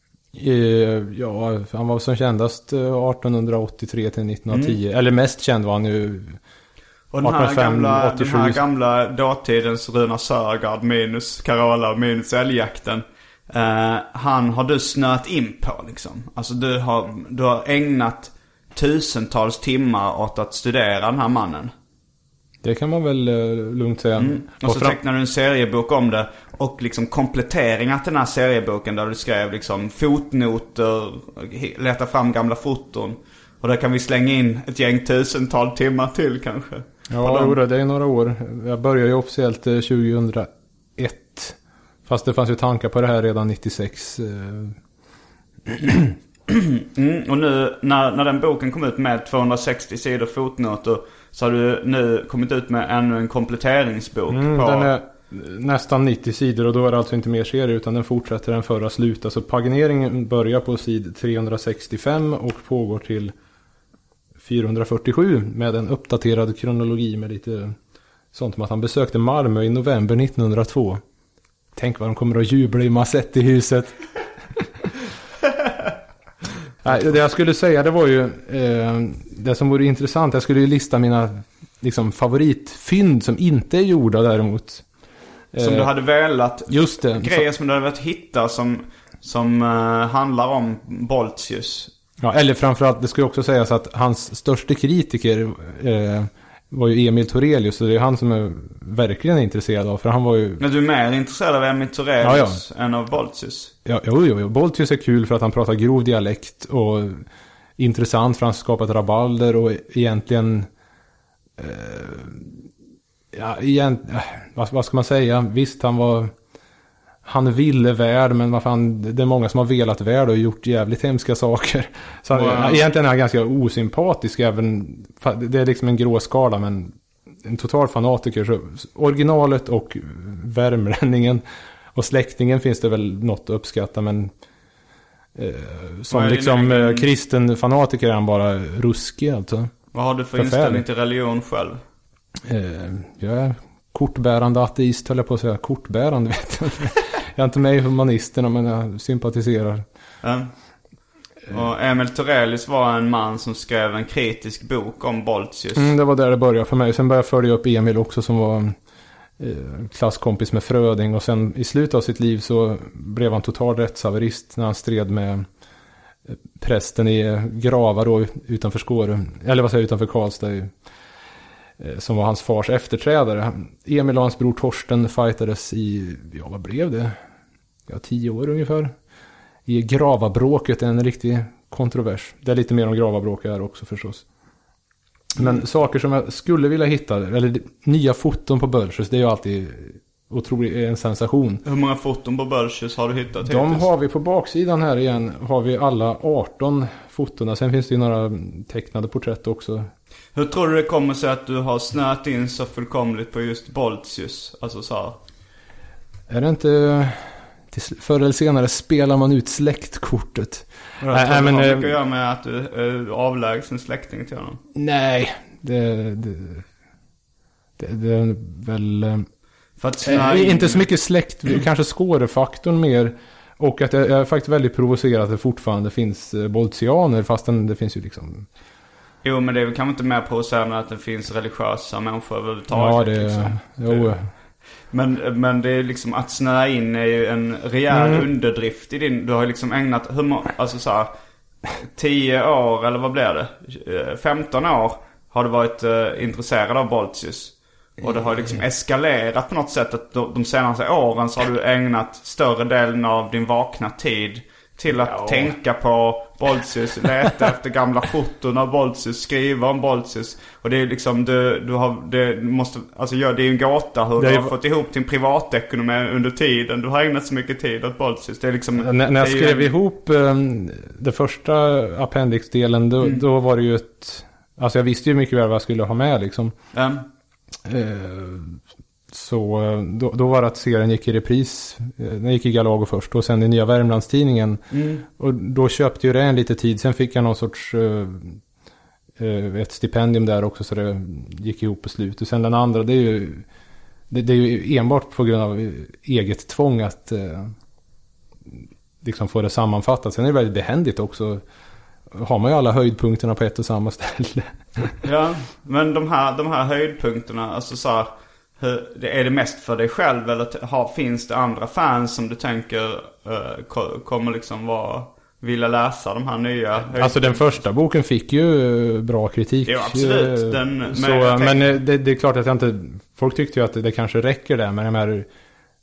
Ja, han var som kändast artonhundraåttiotre till nittonhundratio. Mm. Eller mest känd var han ju och den här, gamla, den här gamla dåtidens Runar Sörgard minus Carola och minus älgjakten. Uh, han har du snöat in på liksom. Alltså du har, du har ägnat tusentals timmar åt att studera den här mannen. Det kan man väl uh, lugnt säga. Mm. Och, och så fram- tecknar du en seriebok om det. Och liksom kompletteringar till den här serieboken där du skrev liksom fotnoter, leta fram gamla foton. Och där kan vi slänga in ett gäng tusental timmar till kanske. Ja, de... det är några år. Jag började ju officiellt uh, tjugohundraett. Fast det fanns ju tankar på det här redan nittiosex. mm, och nu när, när den boken kom ut med tvåhundrasextio sidor fotnoter så har du nu kommit ut med ännu en kompletteringsbok. Mm, på... Den är nästan nittio sidor och då är det alltså inte mer serie utan den fortsätter den förra sluta. Så pagineringen börjar på sid trehundrasextiofem och pågår till fyrahundrafyrtiosju med en uppdaterad kronologi med lite sånt som att han besökte Malmö i november nittonhundratvå. Tänk vad de kommer att jubla i Massett i huset. Nej, det jag skulle säga det var ju eh, det som vore intressant. Jag skulle ju lista mina liksom, favoritfynd som inte är gjorda däremot. Eh, som du hade velat. Just det. Grejer som du hade velat hitta som, som uh, handlar om Boltius. Ja, eller framförallt, det skulle också sägas att hans största kritiker eh, var ju Emil Torelius. Så det är han som är verkligen intresserad av. För han var ju... Men du är mer intresserad av Emil Torelius ja, ja. än av Boltius? Ja, jo, jo, jo. Boltius är kul för att han pratar grov dialekt. Och intressant för att han skapat rabalder. Och egentligen... Eh, ja, egent, eh, vad, vad ska man säga? Visst, han var... Han ville värld, men vad fan, det är många som har velat värld och gjort jävligt hemska saker. Så wow. Egentligen är han ganska osympatisk även, det är liksom en grå skala, men en total fanatiker. Så originalet och värmlänningen och släktingen finns det väl något att uppskatta, men eh, som liksom egen... kristen fanatiker är han bara ruskig alltså. Vad har du för inställning till religion själv? Eh, jag är kortbärande ateist, höll jag på att säga. Kortbärande vet jag inte. Jag är inte med i humanisterna, men jag sympatiserar. Mm. Och Emil Torelius var en man som skrev en kritisk bok om Boltius. Mm, det var där det började för mig. Sen började jag följa upp Emil också, som var eh, klasskompis med Fröding. Och sen i slutet av sitt liv så blev han total rättshaverist när han stred med prästen i Grava då, utanför Skåre. Eller vad säger jag, utanför Karlstad, eh, som var hans fars efterträdare. Emil och hans bror Torsten fightades i, ja vad blev det? Ja, tio år ungefär. I Gravabråket, en riktig kontrovers. Det är lite mer om Gravabråk här också förstås. Men mm. saker som jag skulle vilja hitta, eller nya foton på Boltius, det är ju alltid otroligt en sensation. Hur många foton på Boltius har du hittat? De hittills? Har vi på baksidan här igen, har vi alla arton fotona. Sen finns det ju några tecknade porträtt också. Hur tror du det kommer sig att du har snöat in så fullkomligt på just Boltius? Alltså så här. Är det inte... Förr eller senare spelar man ut släktkortet. Jag tror äh, men, det har mycket att göra med att du är avlägsen släkting till honom. Nej, det, det, det, det är väl... För att äh, inte så mycket släkt, kanske skårefaktorn mer. Och att jag, jag är faktiskt väldigt provocerad att det fortfarande finns boltianer, fastän det finns ju liksom... Jo, men det är väl kanske inte mer provocerande att det finns religiösa människor överhuvudtaget. Ja, det liksom. Jo. Men, men det är liksom att snöa in är ju en rejäl mm. underdrift i din... Du har ju liksom ägnat hur må, alltså så här, tio år eller vad blir det? femton år har du varit uh, intresserad av Boltius. Och det har liksom eskalerat på något sätt att de senaste åren så har du ägnat större delen av din vakna tid till att ja. tänka på Boltius, leta efter gamla foton av Boltius, skriva om Boltius. Och det är liksom, du, du har, det måste, alltså ja, det är ju en gåta hur du har fått ihop din privatekonomi under tiden. Du har ägnat så mycket tid åt Boltius. Det är liksom... N- när jag skrev en... ihop um, det första appendixdelen, då, mm. då var det ju ett... Alltså jag visste ju mycket väl vad jag skulle ha med liksom. Mm. Uh, Så då, då var det att serien gick i repris. Den gick i Galago först och sen i Nya Värmlandstidningen. Mm. Och då köpte ju det en lite tid. Sen fick jag någon sorts uh, uh, ett stipendium där också, så det gick ihop på slut. Och sen den andra, det är ju det, det är ju enbart på grund av eget tvång att uh, liksom få det sammanfattat. Sen är det väldigt behändigt också. Har man ju alla höjdpunkterna på ett och samma ställe. Ja, men de här, de här höjdpunkterna, alltså så här, hur, är det mest för dig själv eller har, finns det andra fans som du tänker uh, kommer liksom vara, vilja läsa de här nya? Alltså den första boken fick ju bra kritik. Ja, absolut. Den, men så, men det, det är klart att jag inte, folk tyckte ju att det, det kanske räcker där, men jag menar,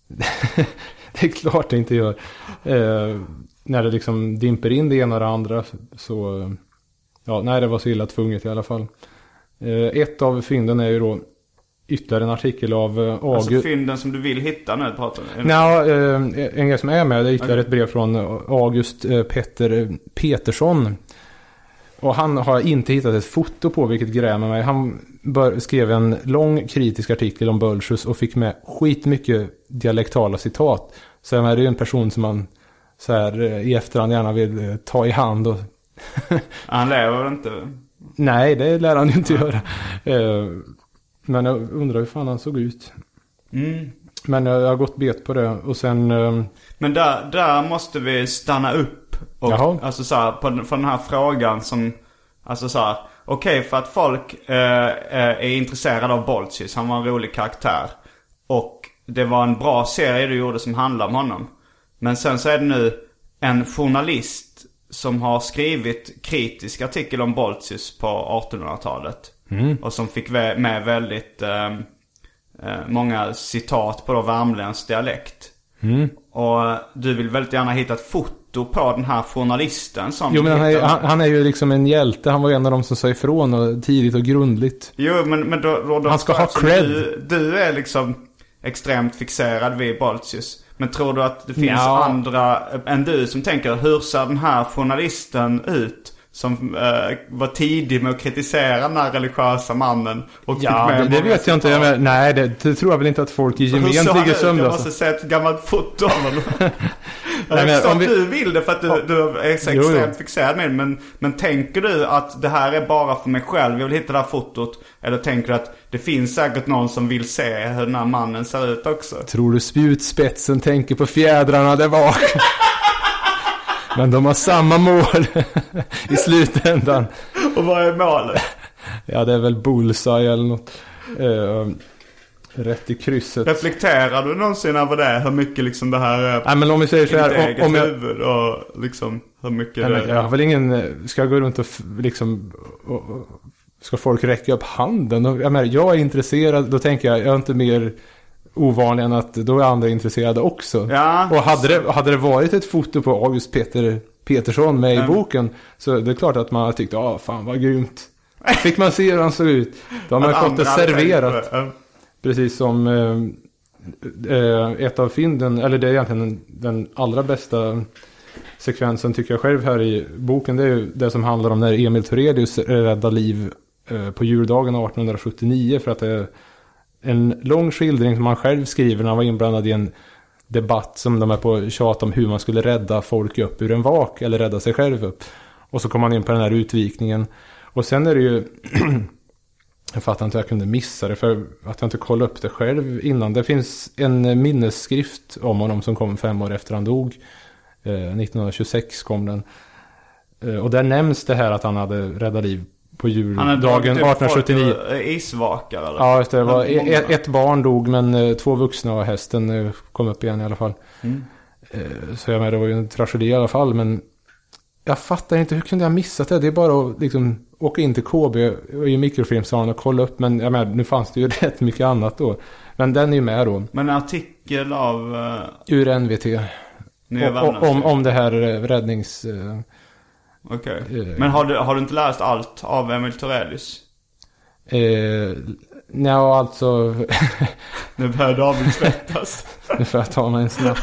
det är klart det inte gör. Uh, när det liksom dimper in det ena och det andra, så ja, nej, det var så illa tvunget i alla fall. Uh, ett av fynden är ju då ytterligare en artikel av uh, August. Alltså fynden som du vill hitta nu pratar du? Nej, uh, en grej som är med, det är ytterligare okay. ett brev från August uh, Petter Petersson. Och han har inte hittat ett foto på, vilket grämer mig. Han bör, skrev en lång kritisk artikel om Boltius och fick med skitmycket dialektala citat. Så jag menar, det är en person som man så här i efterhand gärna vill uh, ta i hand. Och han lever inte? Nej, det lär han ju inte göra. Uh, Men jag undrar hur fan han såg ut. Mm. Men jag, jag har gått bet på det. Och sen... Um... Men där, där måste vi stanna upp. Och, Jaha. Alltså så här, på, på den här frågan som... Alltså så här... Okej, okay, för att folk eh, är intresserade av Boltius. Han var en rolig karaktär. Och det var en bra serie du gjorde som handlar om honom. Men sen så är det nu en journalist som har skrivit kritisk artikel om Boltius på artonhundratalet. Mm. Och som fick med väldigt eh, många citat på då värmländsk dialekt. Mm. Och du vill väldigt gärna hitta ett foto på den här journalisten som... Jo, men han är, han, han är ju liksom en hjälte. Han var en av dem som sa ifrån och tidigt och grundligt. Jo, men, men då, då, då han ska ha cred. Du, du är liksom extremt fixerad vid Boltius. Men tror du att det finns ja. andra än du som tänker, hur ser den här journalisten ut som uh, var tidig med att kritisera den här religiösa mannen. Och ja, det, det vet jag inte. Jag men, nej, det, det tror jag väl inte att folk i gemen ligger sönder. Jag måste se ett gammalt foto av honom. Jag förstår att vi... du vill det för att du, oh. du är så extremt jo, jo. fixerad med det. Men, men tänker du att det här är bara för mig själv? Jag vill hitta det här fotot. Eller tänker du att det finns säkert någon som vill se hur den här mannen ser ut också? Tror du spjutspetsen tänker på fjädrarna där bak? Men de har samma mål i slutändan. Och vad är målet? Ja, det är väl bullseye eller något. Uh, rätt i krysset. Reflekterar du någonsin över det? Hur mycket liksom det här är... Nej, men om vi säger så här... Om, om jag... huvud och liksom hur mycket nej, det... Men jag har väl ingen... Ska jag gå runt och liksom... Och, och, ska folk räcka upp handen? Och, jag, menar, jag är intresserad. Då tänker jag, jag är inte mer... ovanlig än att då är andra intresserade också. Ja, och hade det, hade det varit ett foto på August Peter Petersson med i mm. boken, så det är klart att man har tyckt, ja ah, fan vad grymt. Fick man se hur han såg ut. Då har man fått det serverat. Mm. Precis som eh, eh, ett av fynden, eller det är egentligen den, den allra bästa sekvensen tycker jag själv här i boken. Det är ju det som handlar om när Emil Torelius räddar liv eh, på juldagen arton sjuttionio, för att det är en lång skildring som han själv skriver när han var inblandad i en debatt som de är på tjat om hur man skulle rädda folk upp ur en vak eller rädda sig själv upp. Och så kom man in på den här utvikningen. Och sen är det ju jag fattar inte hur jag kunde missa det för att jag inte kollade upp det själv innan. Det finns en minnesskrift om honom som kom fem år efter han dog. Eh, nittonhundratjugosex kom den. Eh, och där nämns det här att han hade räddat liv på juldagen arton sjuttionio. Isvakar eller? Ja, just det. det var ett, ett barn dog men två vuxna och hästen kom upp igen i alla fall. Mm. Så jag menar, det var ju en tragedi i alla fall, men jag fattar inte, hur kunde jag missat det? Det är bara att liksom åka in till K B i mikrofilmsalen och kolla upp, men jag menar, nu fanns det ju rätt mycket annat då. Men den är ju med då. Men en artikel av... Uh... Ur N V T. Och, om, om det här räddnings... Uh, Okej. Okay. Men har du, har du inte läst allt av Emil Torelius? Eh, nej, alltså... Nu börjar David svettas. Nu får jag ta mig en snabb.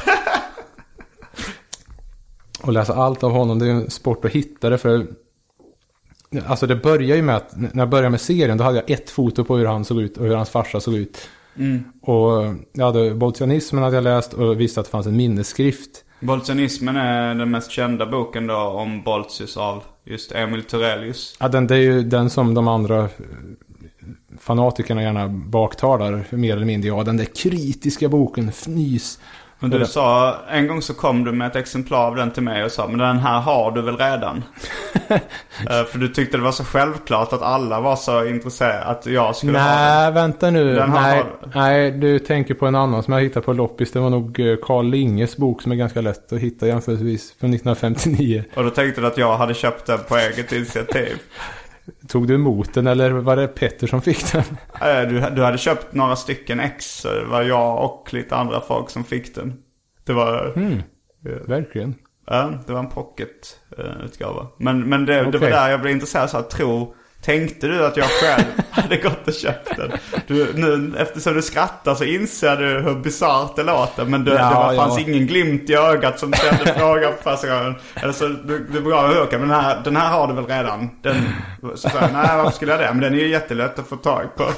Och läsa allt av honom, det är en sport att hitta det. För alltså det börjar ju med att när jag började med serien, då hade jag ett foto på hur han såg ut och hur hans farsa såg ut. Mm. Och jag hade Bolsjenismen hade jag läst och visste att det fanns en minnesskrift. Bolsjenismen är den mest kända boken då om Boltzius av just Emil Torelius. Ja, den, det är ju den som de andra fanatikerna gärna baktalar mer eller mindre. Ja, den där kritiska boken, fnys. Men du sa, en gång så kom du med ett exemplar av den till mig och sa, men den här har du väl redan? uh, för du tyckte det var så självklart att alla var så intresserade att jag skulle nej, ha den. Nej, vänta nu. Den nej, nej, du tänker på en annan som jag hittade på Loppis. Det var nog Carl Linges bok som är ganska lätt att hitta jämförelsevis från nittonhundrafemtionio. Och då tänkte du att jag hade köpt den på eget initiativ. Tog du emot den eller var det Petter som fick den? Du, du hade köpt några stycken ex. Det var jag och lite andra folk som fick den. Det var... Mm, ja. Verkligen. Ja, det var en pocket-utgåva. Men, men det, okay. det var där jag blev intresserad. Så att tro... Tänkte du att jag själv hade gått och köpt den? Du, nu, eftersom du skrattar så inser du hur bizarrt det låter. Men du, ja, det var, fanns ja. ingen glimt i ögat som ställde frågan på första gången. Eller så du, du bra att höra, men den här, den här har du väl redan? Den, så sa jag, nej varför skulle jag det? Men den är ju jättelätt att få tag på.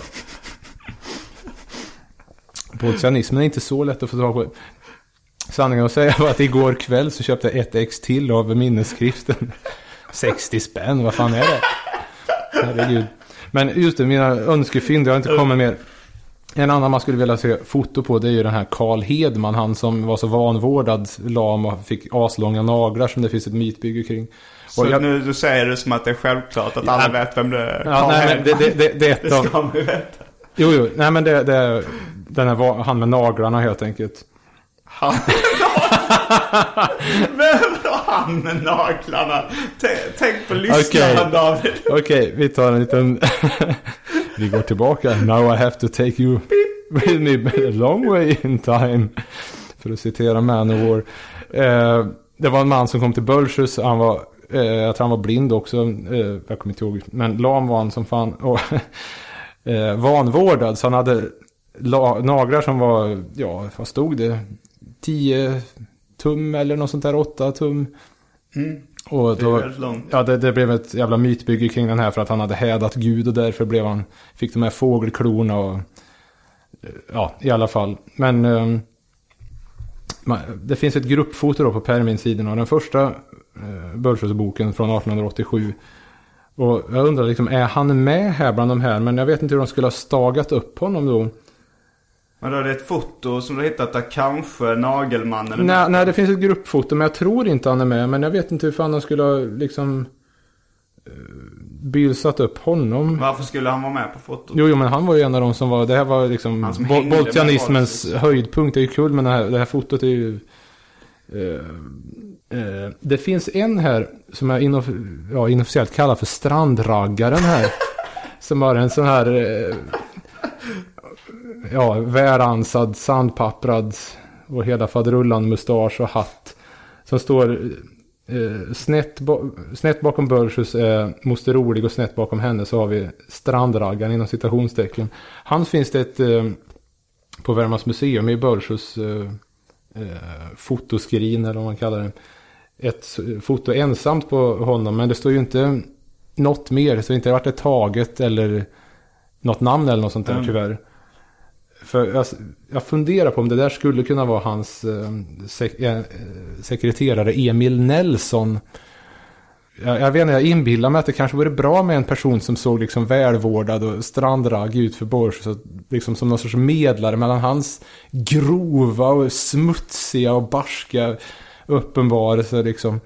Bolsjenismen är inte så lätt att få tag på. Sanningen att säga var att igår kväll så köpte jag ett ex till av minnesskriften. sextio spänn, vad fan är det? Herregud. Men just det, mina önskefynd, jag har inte kommit mer. En annan man skulle vilja se foto på, det är ju den här Carl Hedman, han som var så vanvårdad lam och fick aslånga naglar som det finns ett mytbygge kring. Så jag, nu du säger det som att det är självklart att ja, alla vet vem det är. Ja, nej, men det, det, det, det är ett det ska man ju veta. Jo, jo, nej men det, det är den här, han med naglarna helt enkelt. Han Vem var han med naglarna? T- tänk på lyssnaren, okay. David. Okej, okay, vi tar en liten... vi går tillbaka. Now I have to take you with me a long way in time. För att citera Manowar. Eh, det var en man som kom till Bolsjus. Han var, eh, jag tror han var blind också. Eh, jag kommer inte ihåg. Men lam var han som fan. Och eh, vanvårdad. Så han hade la- naglar som var, ja, vad stod det? tio tum eller något sånt där, åtta tum. Mm. Och då, det är långt. ja, det, det blev ett jävla mytbygge kring den här för att han hade hädat Gud och därför blev han, fick de här fågelklorna och ja, i alla fall. Men um, det finns ett gruppfoto då på Permin-sidan av den första uh, Burchus-boken från arton åttiosju. Och jag undrar liksom, är han med här bland de här? Men jag vet inte hur de skulle ha stagat upp honom då. Men då är det ett foto som du har hittat där kanske Nagelmannen är nej, med. nej, det finns ett gruppfoto men jag tror inte han är med. Men jag vet inte hur fan de skulle ha liksom uh, bylsat upp honom. Varför skulle han vara med på fotot? Jo, jo, men han var ju en av de som var, det här var liksom bo- boltianismens höjdpunkt. Det är ju kul, men det här, det här fotot är ju uh, uh, det finns en här som jag inof- ja, inofficiellt kallar för strandraggaren här. Som har en sån här uh, ja, väransad, sandpapprad och hela fadrullan, mustasch och hatt. Som står eh, snett, ba- snett bakom Burchus är Moster Rolig och snett bakom henne så har vi strandraggaren inom citationstecken. Han finns det ett eh, på Värmlands museum i Burchus eh, eh, fotoskrin eller vad man kallar det. Ett foto ensamt på honom, men det står ju inte något mer, så inte varit ett taget eller något namn eller något sånt där mm. tyvärr. För jag, jag funderar på om det där skulle kunna vara hans eh, sek- eh, sekreterare Emil Nelson. Jag, jag vet inte, jag inbillar mig att det kanske vore bra med en person som såg liksom välvårdad och strandrag ut för Burchus, liksom som någon sorts medlare mellan hans grova och smutsiga och barska uppenbarelser liksom.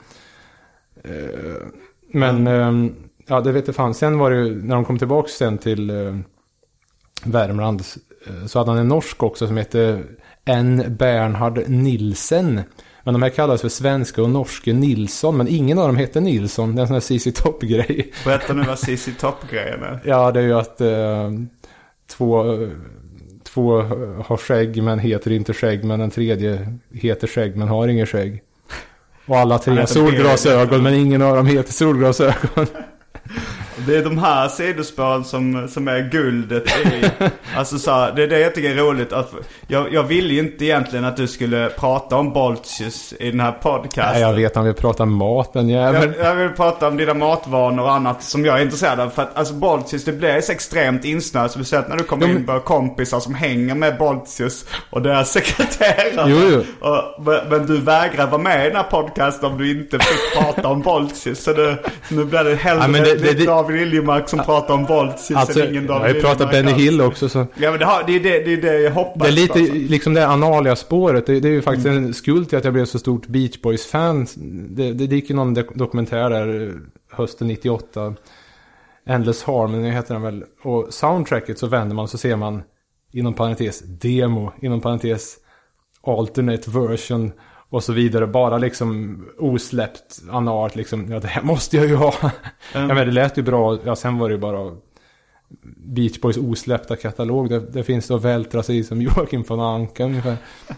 Eh, men mm. eh, ja, det vet jag fan. Sen var det ju, när de kom tillbaka sen till eh, Värmland, så hade han en norsk också som heter N. Bernhard Nilsen. Men de här kallas för svenska och norska Nilsson. Men ingen av dem heter Nilsson. Det är en sån här C C Top-grej. Berätta nu vad C C Top-grejen är. Ja, det är ju att eh, två, två har skägg men heter inte skägg. Men den tredje heter skägg men har ingen skägg. Och alla tre har solglasögon men ingen av dem heter solglasögon. Det är de här sidospåren som, som är guldet i. Alltså så här, det är det jag tycker är roligt att, jag, jag vill ju inte egentligen att du skulle prata om Boltius i den här podcasten. Nej, jag vet, han vill prata om maten. Jag, jag vill prata om dina matvanor och annat som jag är intresserad av. För att alltså Boltius, det blir så extremt insnöat. Speciellt när du kommer in på kompisar som hänger med Boltius och deras sekreterare. Jo, jo. Och, men du vägrar vara med i den här podcasten om du inte fick prata om Boltius. Så, det, så nu blir det hellre ja, det, det, det, David Liljemark som pratar om Boltius. Alltså, ingen jag har ju pratat Benny Hill också. Så. Ja, men det, har, det, är det, det är det jag hoppas. Det är lite alltså. Liksom det analia spåret. Det, det är ju faktiskt mm. en skuld till att jag blev så stort Beach Boys-fan. Det, det gick ju någon dokumentär där hösten nittioåtta. Endless Harmony heter den väl. Och soundtracket så vänder man så ser man inom parentes demo, inom parentes alternate version och så vidare. Bara liksom osläppt analt liksom. Ja, det här måste jag ju ha. Mm. Ja, men det lät ju bra. Ja, sen var det ju bara Beach Boys osläppta katalog. Det, det finns då vältra sig som Joakim von Anka ungefär.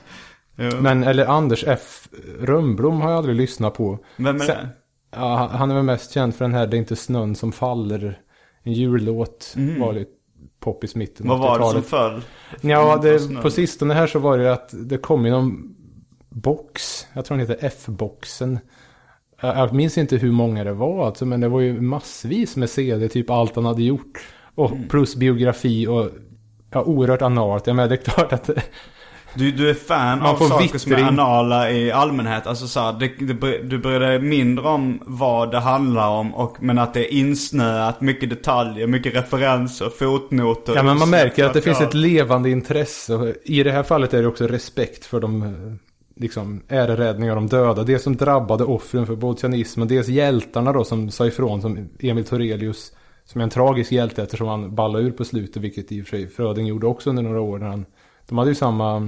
Men, eller Anders F. Rönnblom har jag aldrig lyssnat på. Vem är sen, det? Ja, han är väl mest känd för den här Det är inte snön som faller. En jullåt. Mm. Var lite poppis mitten. Vad var det som föll? Ja, det, på sistone här så var det att det kom ju någon box. Jag tror den heter F-boxen. Jag minns inte hur många det var alltså, men det var ju massvis med C D, typ allt han hade gjort. Och mm. plus biografi och ja, oerhört analt. Ja, men det är klart att du, du är fan man av får saker vittring. som är anala i allmänhet. Alltså så här, det, det, du bryr dig mindre om vad det handlar om och, men att det är insnöat, mycket detaljer, mycket referenser, fotnoter. Ja, men man märker att det finns ett levande intresse. Och i det här fallet är det också respekt för de liksom äreräddning av de döda. Det som drabbade offren för boltianismen. Dels hjältarna då som sa ifrån, som Emil Torelius, som är en tragisk hjälte eftersom han ballade ur på slutet, vilket i och för sig Fröding gjorde också under några år. När han, de hade ju samma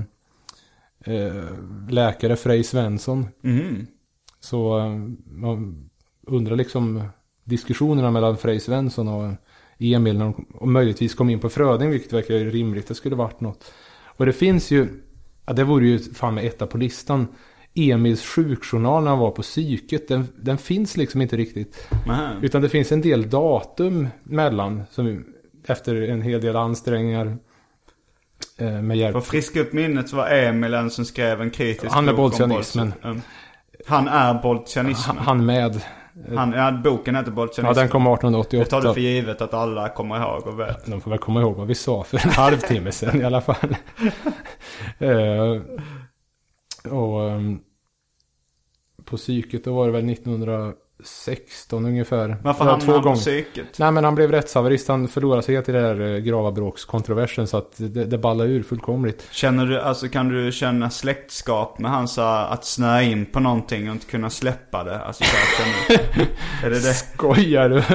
eh, läkare, Frej Svensson. Mm. Så eh, man undrar liksom diskussionerna mellan Frej Svensson och Emil när de och möjligtvis kom in på Fröding, vilket verkar rimligt. Det skulle varit något. Och det finns ju, ja, det vore ju fan med etta på listan. Emils sjukjournal när han var på psyket, den, den finns liksom inte riktigt. Mm. Utan det finns en del datum mellan, som efter en hel del ansträngningar eh, med hjälp. För att friska upp minnet så var Emil en som skrev en kritisk han är bok om boltianismen. boltianismen. Han är boltianismen. Han, han med. Han, ja, boken heter Bolsjevismen. Ja, den kom arton åttioåtta. Jag tar det för givet att alla kommer ihåg och vet. De får väl komma ihåg vad vi sa för en halvtimme sedan i alla fall. uh, och um, på psyket då var det väl nittonhundrasexton ungefär. Varför hamnade han på psyket? Nej, men han blev rättshaverist. Han förlorade sig helt i det där uh, Gravabråkskontroversen, så att det, det ballade ur fullkomligt. Känner du, alltså kan du känna släktskap med hans att snöa in på någonting och inte kunna släppa det? Alltså så att känner, är det det? Skojar du? uh,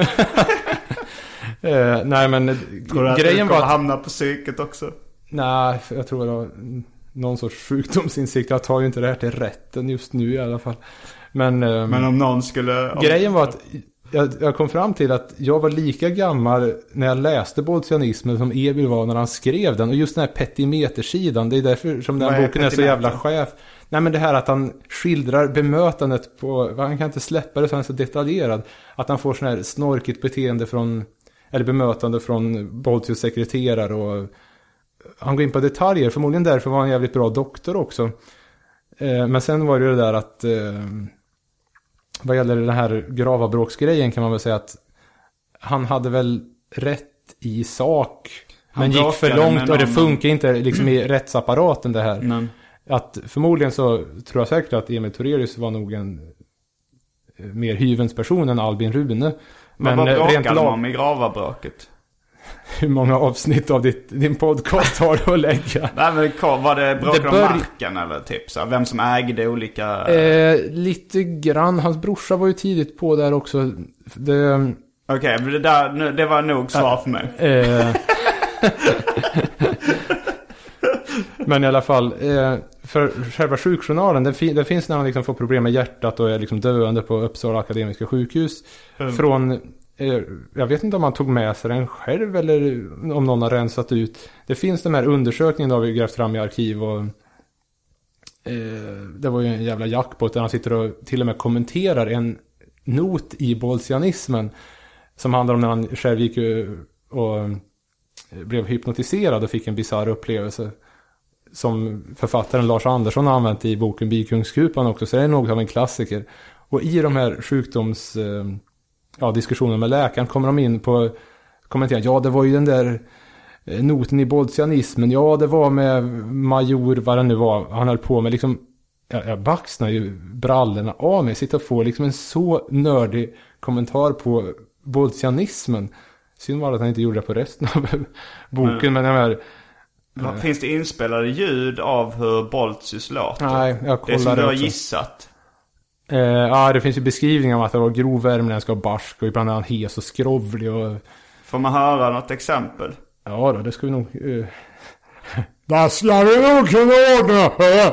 nej, men tror du att grejen du var att hamna på psyket också? Nej, jag tror det var någon sorts sjukdomsinsikt. Jag tar ju inte det här till rätten just nu i alla fall. Men, um, men om någon skulle... Om... Grejen var att jag, jag kom fram till att jag var lika gammal när jag läste bolsjevismen som Emil var när han skrev den. Och just den här petimetersidan, det är därför som den boken är så jävla chef. Nej, men det här att han skildrar bemötandet på... Han kan inte släppa det så han är så detaljerad. Att han får sån här snorkigt beteende från... Eller bemötande från Bolsjevs sekreterare och... Han går in på detaljer, förmodligen därför var han en jävligt bra doktor också. Eh, men sen var det ju det där att eh, vad gäller den här Gravabråksgrejen kan man väl säga att han hade väl rätt i sak, han men gick för långt och det funkar inte liksom i rättsapparaten det här. Mm. Att förmodligen så tror jag säkert att Emil Torelius var nog en mer hyvens person än Albin Rune. Men vad bråkade de om i Gravabråket? Hur många avsnitt av ditt, din podcast har du att lägga? Nej, men var det bråk om bör... marken eller typ så? Vem som ägde olika... Eh, lite grann. Hans brorsa var ju tidigt på där också. Det... Okej, okay, det, där, det var nog svar för mig. Eh... Men i alla fall, eh, för själva sjukjournalen, det, fin- det finns när man liksom får problem med hjärtat och är liksom döende på Uppsala Akademiska sjukhus. Mm. Från... Jag vet inte om han tog med sig den själv eller om någon har rensat ut. Det finns de här undersökningarna har vi grävt fram i arkiv och eh, det var ju en jävla jackpot där han sitter och till och med kommenterar en not i bolsjevismen som handlar om när han själv gick och blev hypnotiserad och fick en bizarr upplevelse som författaren Lars Andersson har använt i boken Bikungskupan också, så det är något av en klassiker. Och i de här sjukdoms... Ja, diskussionen med läkaren kommer de in på kommentera. Ja, det var ju den där noten i bolsjevismen. Ja, det var med major, vad det nu var. Han höll på med liksom, jag, jag baxnar ju brallorna av mig. Sitter och får liksom en så nördig kommentar på bolsjevismen. Synd var att han inte gjorde det på resten av boken. Mm. Men jag menar, äh, finns det inspelade ljud av hur Boltjus låter? Nej, jag kollar det som du har också. gissat. Uh, ja, det finns ju beskrivningar om att det var grov värmländsk och barsk och ibland är han hes och skrovlig och... Får man höra något exempel? Ja då, det ska vi nog... Uh... Där ska vi nog kunna ordna!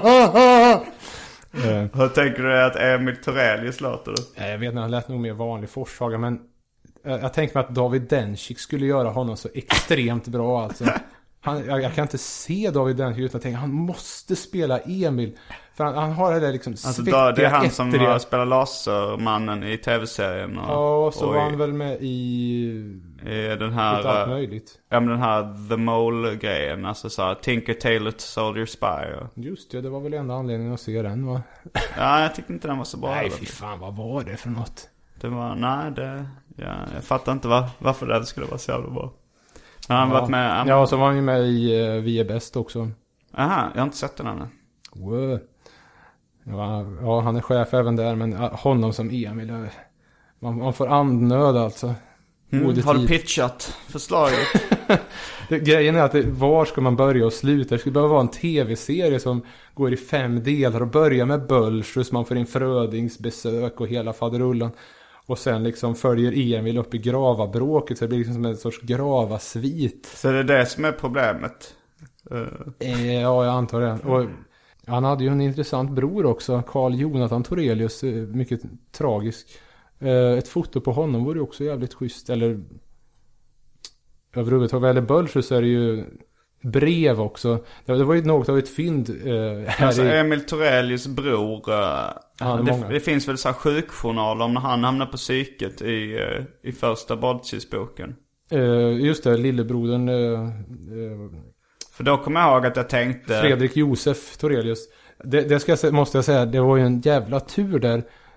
uh. Hur tänker du att Emil Torelius låter då? Jag vet inte, han lät nog mer vanlig forshaga, men jag, jag tänker mig att David Dencik skulle göra honom så extremt bra alltså. Han, jag, jag kan inte se David Dencik utan att tänka han måste spela Emil. För han, han har det där liksom alltså då, det är han som har spelat Lasermannen i tv-serien. Och, ja, så och var i, han väl med i... i den här... allt möjligt. Ja, men den här The Mole-grejen. Alltså så här, Tinker Tailor Soldier Spy. Och... Just det, det var väl enda anledningen att se den, va? Ja, jag tyckte inte den var så bra. Nej, fy fan, vad var det för något? Det var, nej, det... Ja, jag fattar inte var, varför den skulle vara så jävla bra. Men han ja. varit med... Han... Ja, och så var han ju med i uh, Vi är bäst också. Aha, jag har inte sett den ännu. Wow. Ja, ja, han är chef även där, men honom som Emil, man, man får andnöd alltså. Mm, har du pitchat förslaget? det, grejen är att det, var ska man börja och sluta? Det skulle behöva vara en tv-serie som går i fem delar och börjar med Bölsjus, man får in Frödings besök och hela faderullan. Och sen liksom följer Emil upp i Gravabråket, så det blir liksom som en sorts gravasvit. Så det är det som är problemet? Uh. Eh, ja, jag antar det. Och han hade ju en intressant bror också, Carl Jonathan Torelius, mycket tragisk. Ett foto på honom var ju också jävligt schysst. Eller överhuvudtaget, vad gäller Bölsjus så är det ju brev också. Det var ju något av ett fynd. Eh, alltså i... Emil Torelius bror. Eh, ja, det, det, det finns väl så här sjukjournal om när han hamnar på psyket i, eh, i första Boltjus-boken. Eh, just det, lillebrodern... Eh, eh, För då kommer jag ihåg att jag tänkte... Fredrik Josef Torelius. Det, det ska jag, måste jag säga, det var ju en jävla tur där.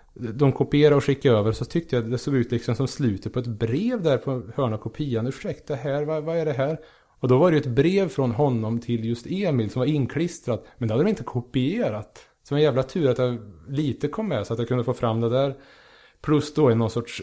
de kopierade och skickade över, så tyckte jag det såg ut liksom som slutet på ett brev där på hörna kopian. Ursäkta här, vad, vad är det här? Och då var det ett brev från honom till just Emil som var inklistrat. Men det hade de inte kopierat. Så en jävla tur att jag lite kom med så att jag kunde få fram det där. Plus då i någon sorts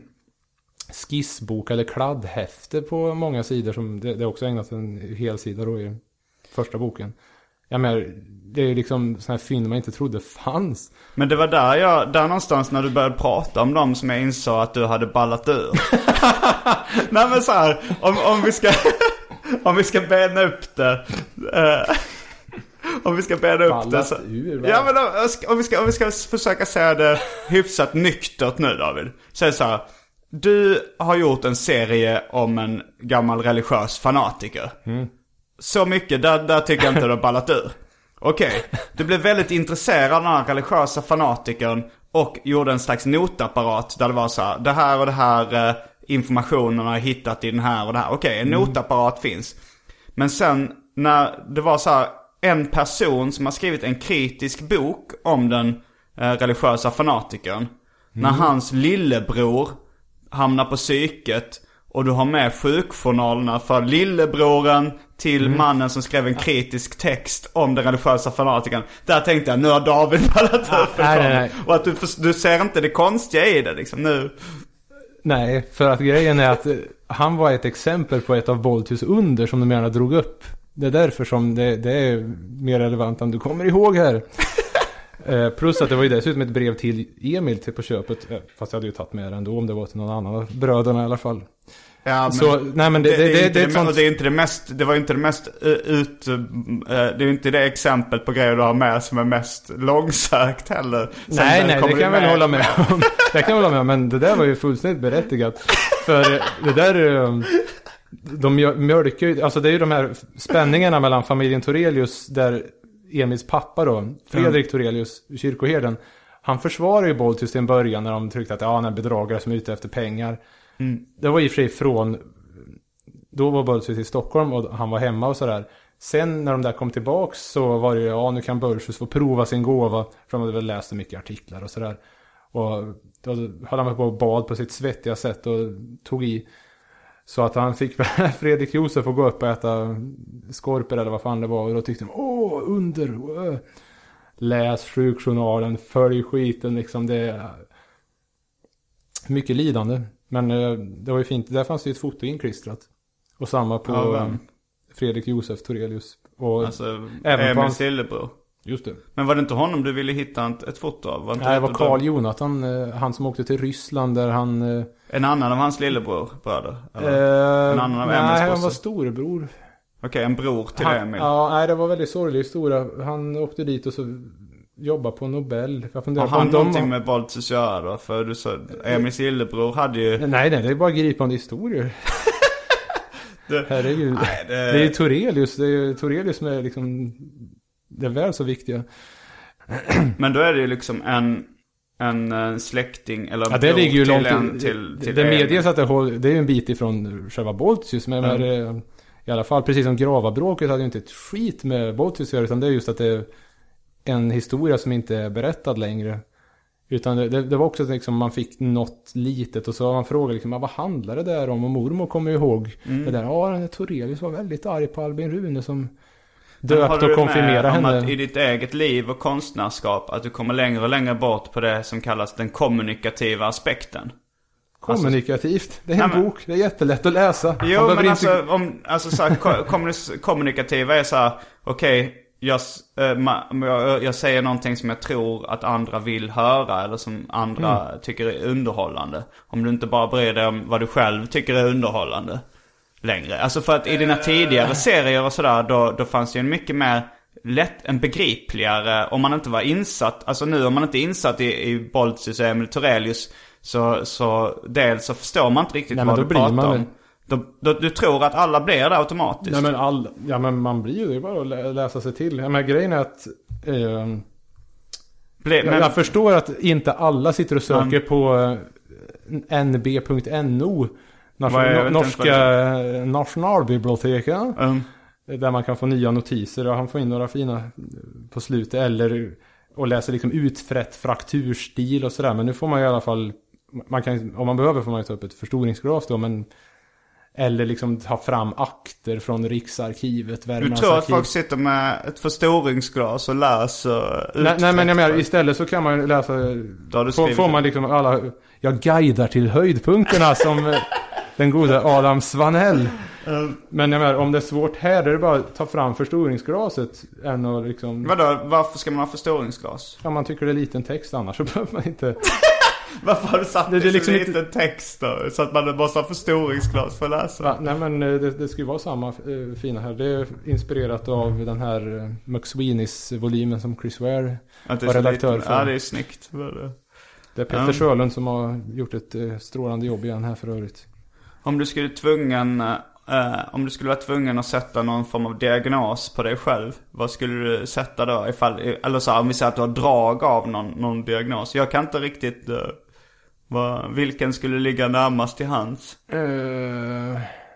skissbok eller kladdhäfte på många sidor. Som det, det är också ägnat en hel sida då i första boken. Ja, men det är liksom sådana här fynd man inte trodde fanns. Men det var där jag, där någonstans när du började prata om dem som jag insåg att du hade ballat ur. Nej men så här, om, om vi ska om vi ska bena upp det uh, om vi ska bena upp ballat det så, ur, ja men om, om, vi ska, om vi ska försöka säga det hyfsat nyktert nu, David. Så är det så här, du har gjort en serie om en gammal religiös fanatiker. Mm. Så mycket, där, där tycker jag inte du har ballat ur. Okej, okay. Du blev väldigt intresserad av den här religiösa fanatikern och gjorde en slags notapparat där det var så här, det här och det här eh, informationen har hittat i den här och det här. Okej, okay, en mm. notapparat finns. Men sen när det var så här, en person som har skrivit en kritisk bok om den eh, religiösa fanatikern. Mm. När hans lillebror hamnar på psyket och du har med sjukjournalerna för lillebroren till mm. mannen som skrev en kritisk text om den religiösa fanatiken. Där tänkte jag, nu har David ballat ur för nej, nej, nej. Och att du, du ser inte det konstiga i det liksom nu. Nej, för att grejen är att han var ett exempel på ett av Boltius under som de gärna drog upp. Det är därför som det, det är mer relevant än du kommer ihåg här. eh, plus att det var ju dessutom ett brev till Emil till på köpet. Eh, fast jag hade ju tagit med det ändå om det var till någon annan av bröderna i alla fall. Ja, men så, nej, men det, det, det, det, det, det, sånt... det är inte det mest, det var inte det mest ut, uh, det är inte det exempel på grejer du har med som är mest långsökt heller. Sen nej, nej, det kan jag väl hålla med om. Det kan jag hålla med om, men det där var ju fullständigt berättigat. För det där, de mjölkar ju, alltså det är ju de här spänningarna mellan familjen Torelius där Emils pappa då, Fredrik mm. Torelius, kyrkoherden, han försvarar ju Boltius till en början när de tyckte att ja, han är bedragare som är ute efter pengar. Mm. Det var i och för sig från, då var Boltius i Stockholm och han var hemma och sådär. Sen när de där kom tillbaks så var det ju, ja nu kan Boltius få prova sin gåva. För de hade väl läst mycket artiklar och sådär. Och då höll han på och bad på sitt svettiga sätt och tog i. Så att han fick Fredrik Josef att gå upp och äta skorper eller vad fan det var. Och då tyckte de, åh under, åh. Läs sjukjournalen, följ skiten liksom, det är mycket lidande. Men eh, det var ju fint, där fanns det ju ett foto inklistrat. Och samma på ja, Fredrik Josef Torelius. Och alltså även Emil Sillebror. Just det. Men var det inte honom du ville hitta ett, ett foto av? Var inte nej, det var Carl Jonathan, eh, han som åkte till Ryssland där han... Eh, en annan av hans lillebror, bröder? Eller? Eh, en annan av Emils nej, han var storebror. Okej, okay, en bror till han, Emil. Ja, nej, det var väldigt sorglig historia. Han åkte dit och så jobbade på Nobel. Jag har han de någonting har... med Boltius att göra då? För du sa, Emils lillebror hade ju... Nej, nej, det är bara gripande historier. det... Herregud. Nej, det... det är ju Torelius. Det är ju Torelius som är liksom... Det är väl så viktiga. Men då är det ju liksom en... En, en släkting eller ja, det ligger ju till långt en, till, till det medges att det, det är ju en bit ifrån själva Boltius. Men mm. det, i alla fall, precis som Gravabråket hade ju inte ett skit med Boltius, utan det är just att det är en historia som inte är berättad längre. Utan det, det, det var också att liksom man fick något litet och så man frågade liksom, vad handlar det där om? Och mormor kommer ju ihåg mm. det där. Ja, den där Torelius var väldigt arg på Albin Rune som döpt och konfirmerade henne. Att i ditt eget liv och konstnärskap att du kommer längre och längre bort på det som kallas den kommunikativa aspekten? Kommunikativt. Det är en nej, bok. Det är jättelätt att läsa. Jo, men alltså, inte... om, alltså så här, kommunis- kommunikativa är så här, okej, okay, jag, äh, jag, jag säger någonting som jag tror att andra vill höra eller som andra mm. tycker är underhållande. Om du inte bara bryr dig om vad du själv tycker är underhållande längre. Alltså för att i dina tidigare serier och sådär, då, då fanns det ju en mycket mer lätt, en begripligare, om man inte var insatt, alltså nu om man inte är insatt i, i Boltius och Emil Torelius, så, så dels så förstår man inte riktigt nej, vad du pratar man om. Då, då, du tror att alla blir det automatiskt. Nej, men all, ja, men man blir ju det, bara att lä- läsa sig till. Ja, men grejen är att eh, Ble, men, jag förstår att inte alla sitter och söker mm. på eh, n b punkt n o Nation, norska nationalbiblioteken mm. där man kan få nya notiser och han får in några fina på slutet, eller och läser liksom utfrätt frakturstil och sådär. Men nu får man i alla fall, man kan, om man behöver får man ju ta upp ett förstoringsglas då, men eller liksom ta fram akter från Riksarkivet, Värmlands Du tror att folk sitter med ett förstoringsglas och läser nej, nej men jag menar, istället så kan man läsa, får, får man liksom alla, jag guidar till höjdpunkterna som den gode Adam Svanell. Mm. Men jag menar, om det är svårt här, då är det bara att ta fram förstoringsglaset än att liksom... Vadå, varför ska man ha förstoringsglas? Ja, man tycker det är liten text, annars så behöver man inte... Varför har du satt det, det är liksom liten inte... text då? Så att man måste ha förstoringsglas för att läsa? Va? Nej men det, det ska ju vara samma uh, fina här. Det är inspirerat av den här uh, McSweeneys volymen som Chris Ware var redaktör liten... för. Ja, det är snyggt. Det är Peter um. Sjölund som har gjort ett uh, strålande jobb igen här för övrigt. Om du skulle tvungen... Uh, om du skulle vara tvungen att sätta någon form av diagnos på dig själv, vad skulle du sätta då? Ifall, eller så om vi säger att du har drag av någon, någon diagnos. Jag kan inte riktigt... Uh, vad, vilken skulle ligga närmast till hands? Uh,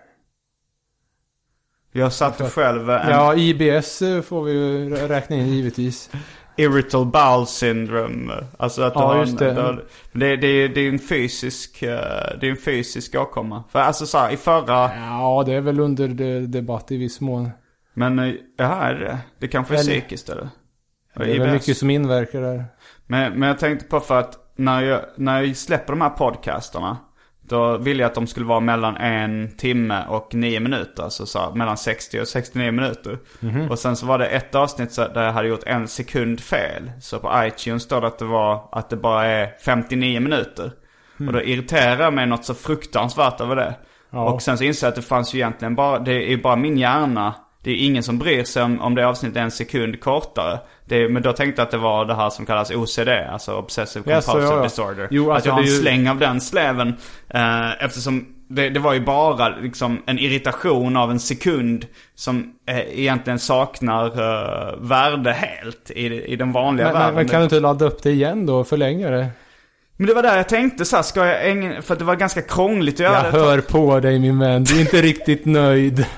jag satt jag själv... En, ja, I B S får vi ju räkna in givetvis. Irritable bowel syndrome. Alltså att ja, du just det. har, det, det, det är en fysisk det är en fysisk åkomma. För alltså så här, i förra... Ja, det är väl under de, debatt i viss mån. Men ja, det, det kanske är psykiskt eller? Det är väl mycket som inverkar där. Men, men jag tänkte på för att när jag, när jag släpper de här podcasterna, då ville jag att de skulle vara mellan en timme och nio minuter. Alltså så här, mellan sextio och sextionio minuter. Mm-hmm. Och sen så var det ett avsnitt så där jag hade gjort en sekund fel. Så på iTunes står det att det, var, att det bara är femtionio minuter. Mm. Och då irriterar jag mig något så fruktansvärt över det. Ja. Och sen så inser jag att det fanns ju egentligen bara, det är bara min hjärna. Det är ingen som bryr sig om, om det avsnittet är en sekund kortare. Det, men då tänkte jag att det var det här som kallas O C D, alltså Obsessive Compulsive yes, ja, ja. Disorder. Jo, alltså att jag har en ju... släng av den släven. Eh, eftersom det, det var ju bara liksom en irritation av en sekund som eh, egentligen saknar eh, värde helt i, i den vanliga men, världen. Men kan du inte ladda upp det igen då och förlänga det? Men det var där jag tänkte så här, ska jag ägna, för att det var ganska krångligt att göra jag det. Jag hör på dig min vän, du är inte riktigt nöjd.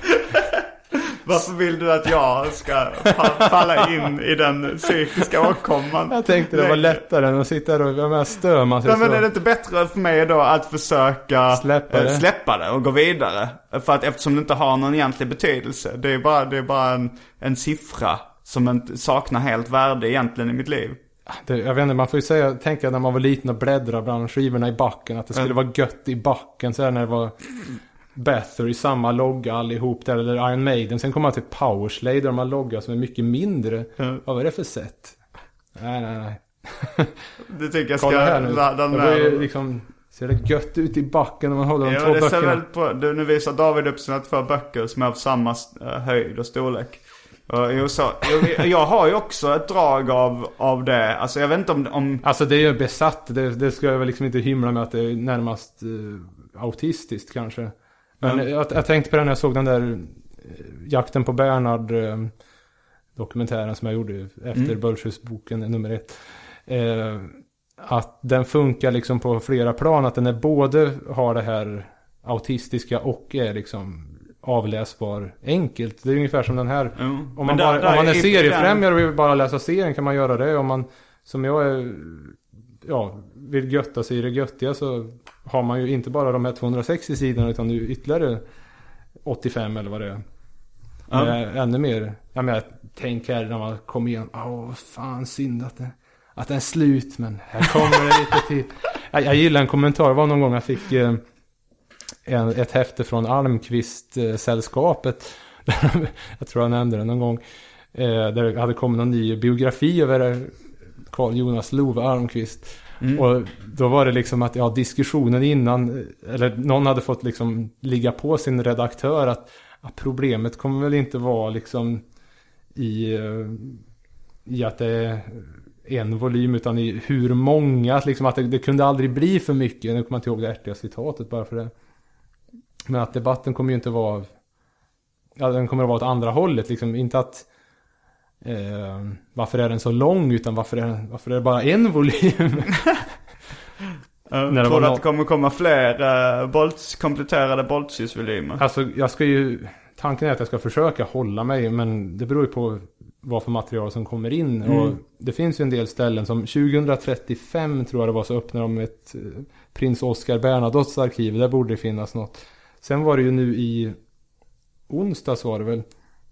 Varför vill du att jag ska falla in i den psykiska åkomman? Jag tänkte det var lättare än att sitta där och vara med stöma sig. Nej, men är det inte bättre för mig då att försöka släppa det, släppa det och gå vidare? För att eftersom det inte har någon egentlig betydelse. Det är bara, det är bara en, en siffra som inte saknar helt värde egentligen i mitt liv. Det, jag vet inte, man får ju säga, tänka när man var liten och bläddra bland skivorna i backen. Att det skulle mm. vara gött i backen så här när det var... Bathory, samma logga allihop där, eller Iron Maiden. Sen kommer man till Powerslave där de har logga som är mycket mindre. Mm. Vad är det för sätt? Nej, nej, nej. Du tycker jag ska ladda med. Liksom, ser det gött ut i backen när man håller de ja, två det böckerna? Väl på, du, nu visar David upp sina två böcker som är av samma uh, höjd och storlek. Uh, jag, så, jag, jag har ju också ett drag av, av det. Alltså jag vet inte om... om... Alltså det är ju besatt. Det, det ska jag väl liksom inte hymla med att det är närmast uh, autistiskt kanske. Men mm. jag, jag tänkte på den när jag såg den där uh, Jakten på Bernhard uh, dokumentären som jag gjorde efter mm. Bölsjös-boken nummer ett. Uh, att den funkar liksom på flera plan. Att den är både har det här autistiska och är liksom avläsbar enkelt. Det är ungefär som den här. Mm. Om, man där, bara, där om man är seriefrämjare och vill bara läsa serien kan man göra det. Om man, som jag är, ja, vill götta sig i det göttiga så har man ju inte bara de här tvåhundrasextio sidorna utan nu ytterligare åttiofem eller vad det är. Mm. Ännu mer. Jag menar, tänk här när man kommer igen. Åh, fan synd att det, att det är slut. Men här kommer det lite till. Jag, jag gillar en kommentar. Det var någon gång jag fick... Eh, En, ett häfte från Almqvist-sällskapet. Jag tror jag nämnde det någon gång. Eh, där det hade kommit någon ny biografi över Carl Jonas Love Almqvist. Mm. Och då var det liksom att ja, diskussionen innan, eller någon hade fått liksom ligga på sin redaktör att, att problemet kommer väl inte vara liksom i, i att det är en volym utan i hur många, liksom att det, det kunde aldrig bli för mycket. Nu kommer jag inte ihåg det ärtiga citatet bara för det. Men att debatten kommer ju inte vara, ja, den kommer att vara åt andra hållet liksom, inte att eh, varför är den så lång utan varför är, varför är det bara en volym. Jag När tror du att det kommer komma fler uh, bolts, kompletterade boltsysvolymer? Alltså jag ska ju, tanken är att jag ska försöka hålla mig, men det beror ju på vad för material som kommer in. Mm. Och det finns ju en del ställen som tjugohundratrettiofem tror jag det var, så öppnade de ett prins Oscar Bernadottes arkiv. Där borde det finnas något. Sen var det ju nu i onsdags var det väl,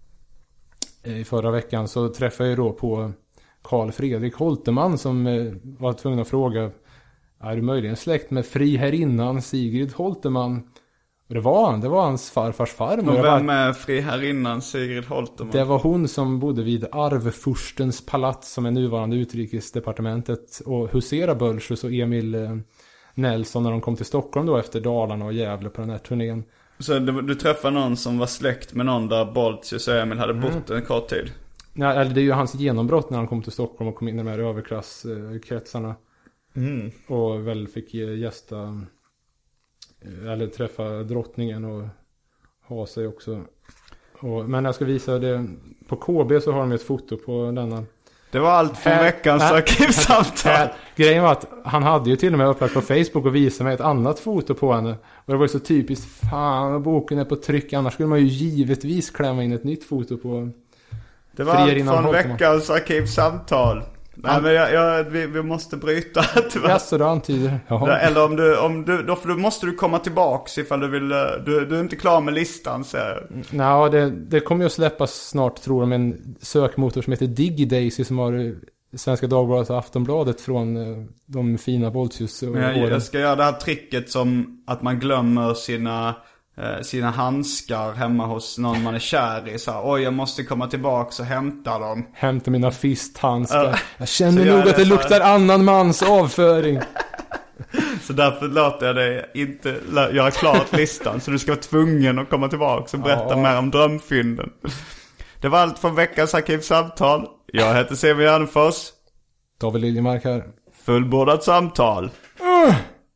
i förra veckan, så träffade jag då på Carl Fredrik Holteman som var tvungen att fråga: är du möjligen släkt med friherrinnan Sigrid Holteman? Och det var han, det var hans farfars farmor. Och vem är friherrinnan Sigrid Holteman? Det var hon som bodde vid Arvfurstens palats, som är nuvarande utrikesdepartementet, och husera Bölsjus och Emil Nelson när de kom till Stockholm då efter Dalarna och Gävle på den här turnén. Så du, du träffade någon som var släkt med någon där Boltius och Emil hade bott mm. en kort tid? Ja, eller det är ju hans genombrott när han kom till Stockholm och kom in i de här överklasskretsarna. Mm. Och väl fick gästa eller träffa drottningen och ha sig också. Och, men jag ska visa det på K B, så har de ett foto på denna. Det var allt från veckans arkivsamtal. Grejen var att han hade ju till och med upplagt på Facebook och visade mig ett annat foto på henne. Och det var ju så typiskt, fan, boken är på tryck, annars skulle man ju givetvis klämma in ett nytt foto på. Det var allt från veckans arkivsamtal. Nej, men jag, jag, vi, vi måste bryta. Ja, så det antyder. Jaha. Eller om du, om du, då, för då måste du komma tillbaks ifall du vill, du, du är inte klar med listan, så. Nej, det, det kommer ju att släppas snart, tror jag, med en sökmotor som heter DigiDaisy, som har Svenska Dagbladet och Aftonbladet från de fina Boltius. Men jag, jag ska göra det här tricket som att man glömmer sina sina handskar hemma hos någon man är kär i. Så här, oj, jag måste komma tillbaka och hämta dem. Hämta mina fisthandskar. Uh, jag känner nog att det luktar annan mans avföring. Så därför låter jag dig inte göra klart listan. Så du ska vara tvungen att komma tillbaka och berätta ja. mer om drömfynden. Det var allt från veckans arkivsamtal. Jag heter Simon Gärdenfors. David Liljemark här. Fullbordat samtal. Uh.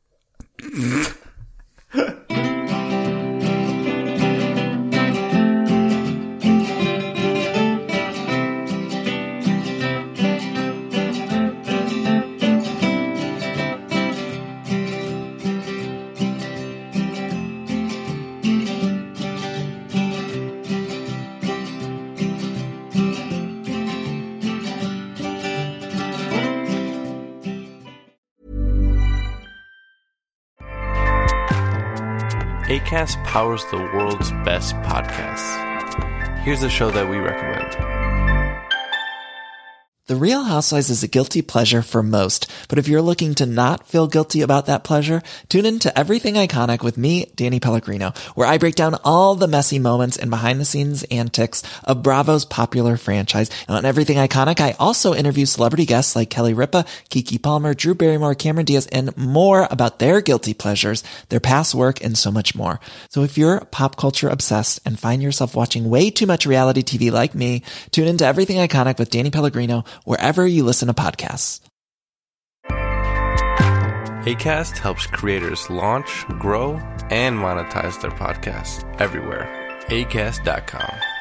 Acast powers the world's best podcasts. Here's a show that we recommend. The Real Housewives is a guilty pleasure for most, but if you're looking to not feel guilty about that pleasure, tune in to Everything Iconic with me, Danny Pellegrino, where I break down all the messy moments and behind-the-scenes antics of Bravo's popular franchise. And on Everything Iconic, I also interview celebrity guests like Kelly Ripa, Keke Palmer, Drew Barrymore, Cameron Diaz, and more about their guilty pleasures, their past work, and so much more. So if you're pop culture obsessed and find yourself watching way too much reality T V like me, tune into Everything Iconic with Danny Pellegrino, wherever you listen to podcasts. Acast helps creators launch, grow, and monetize their podcasts everywhere. acast dot com.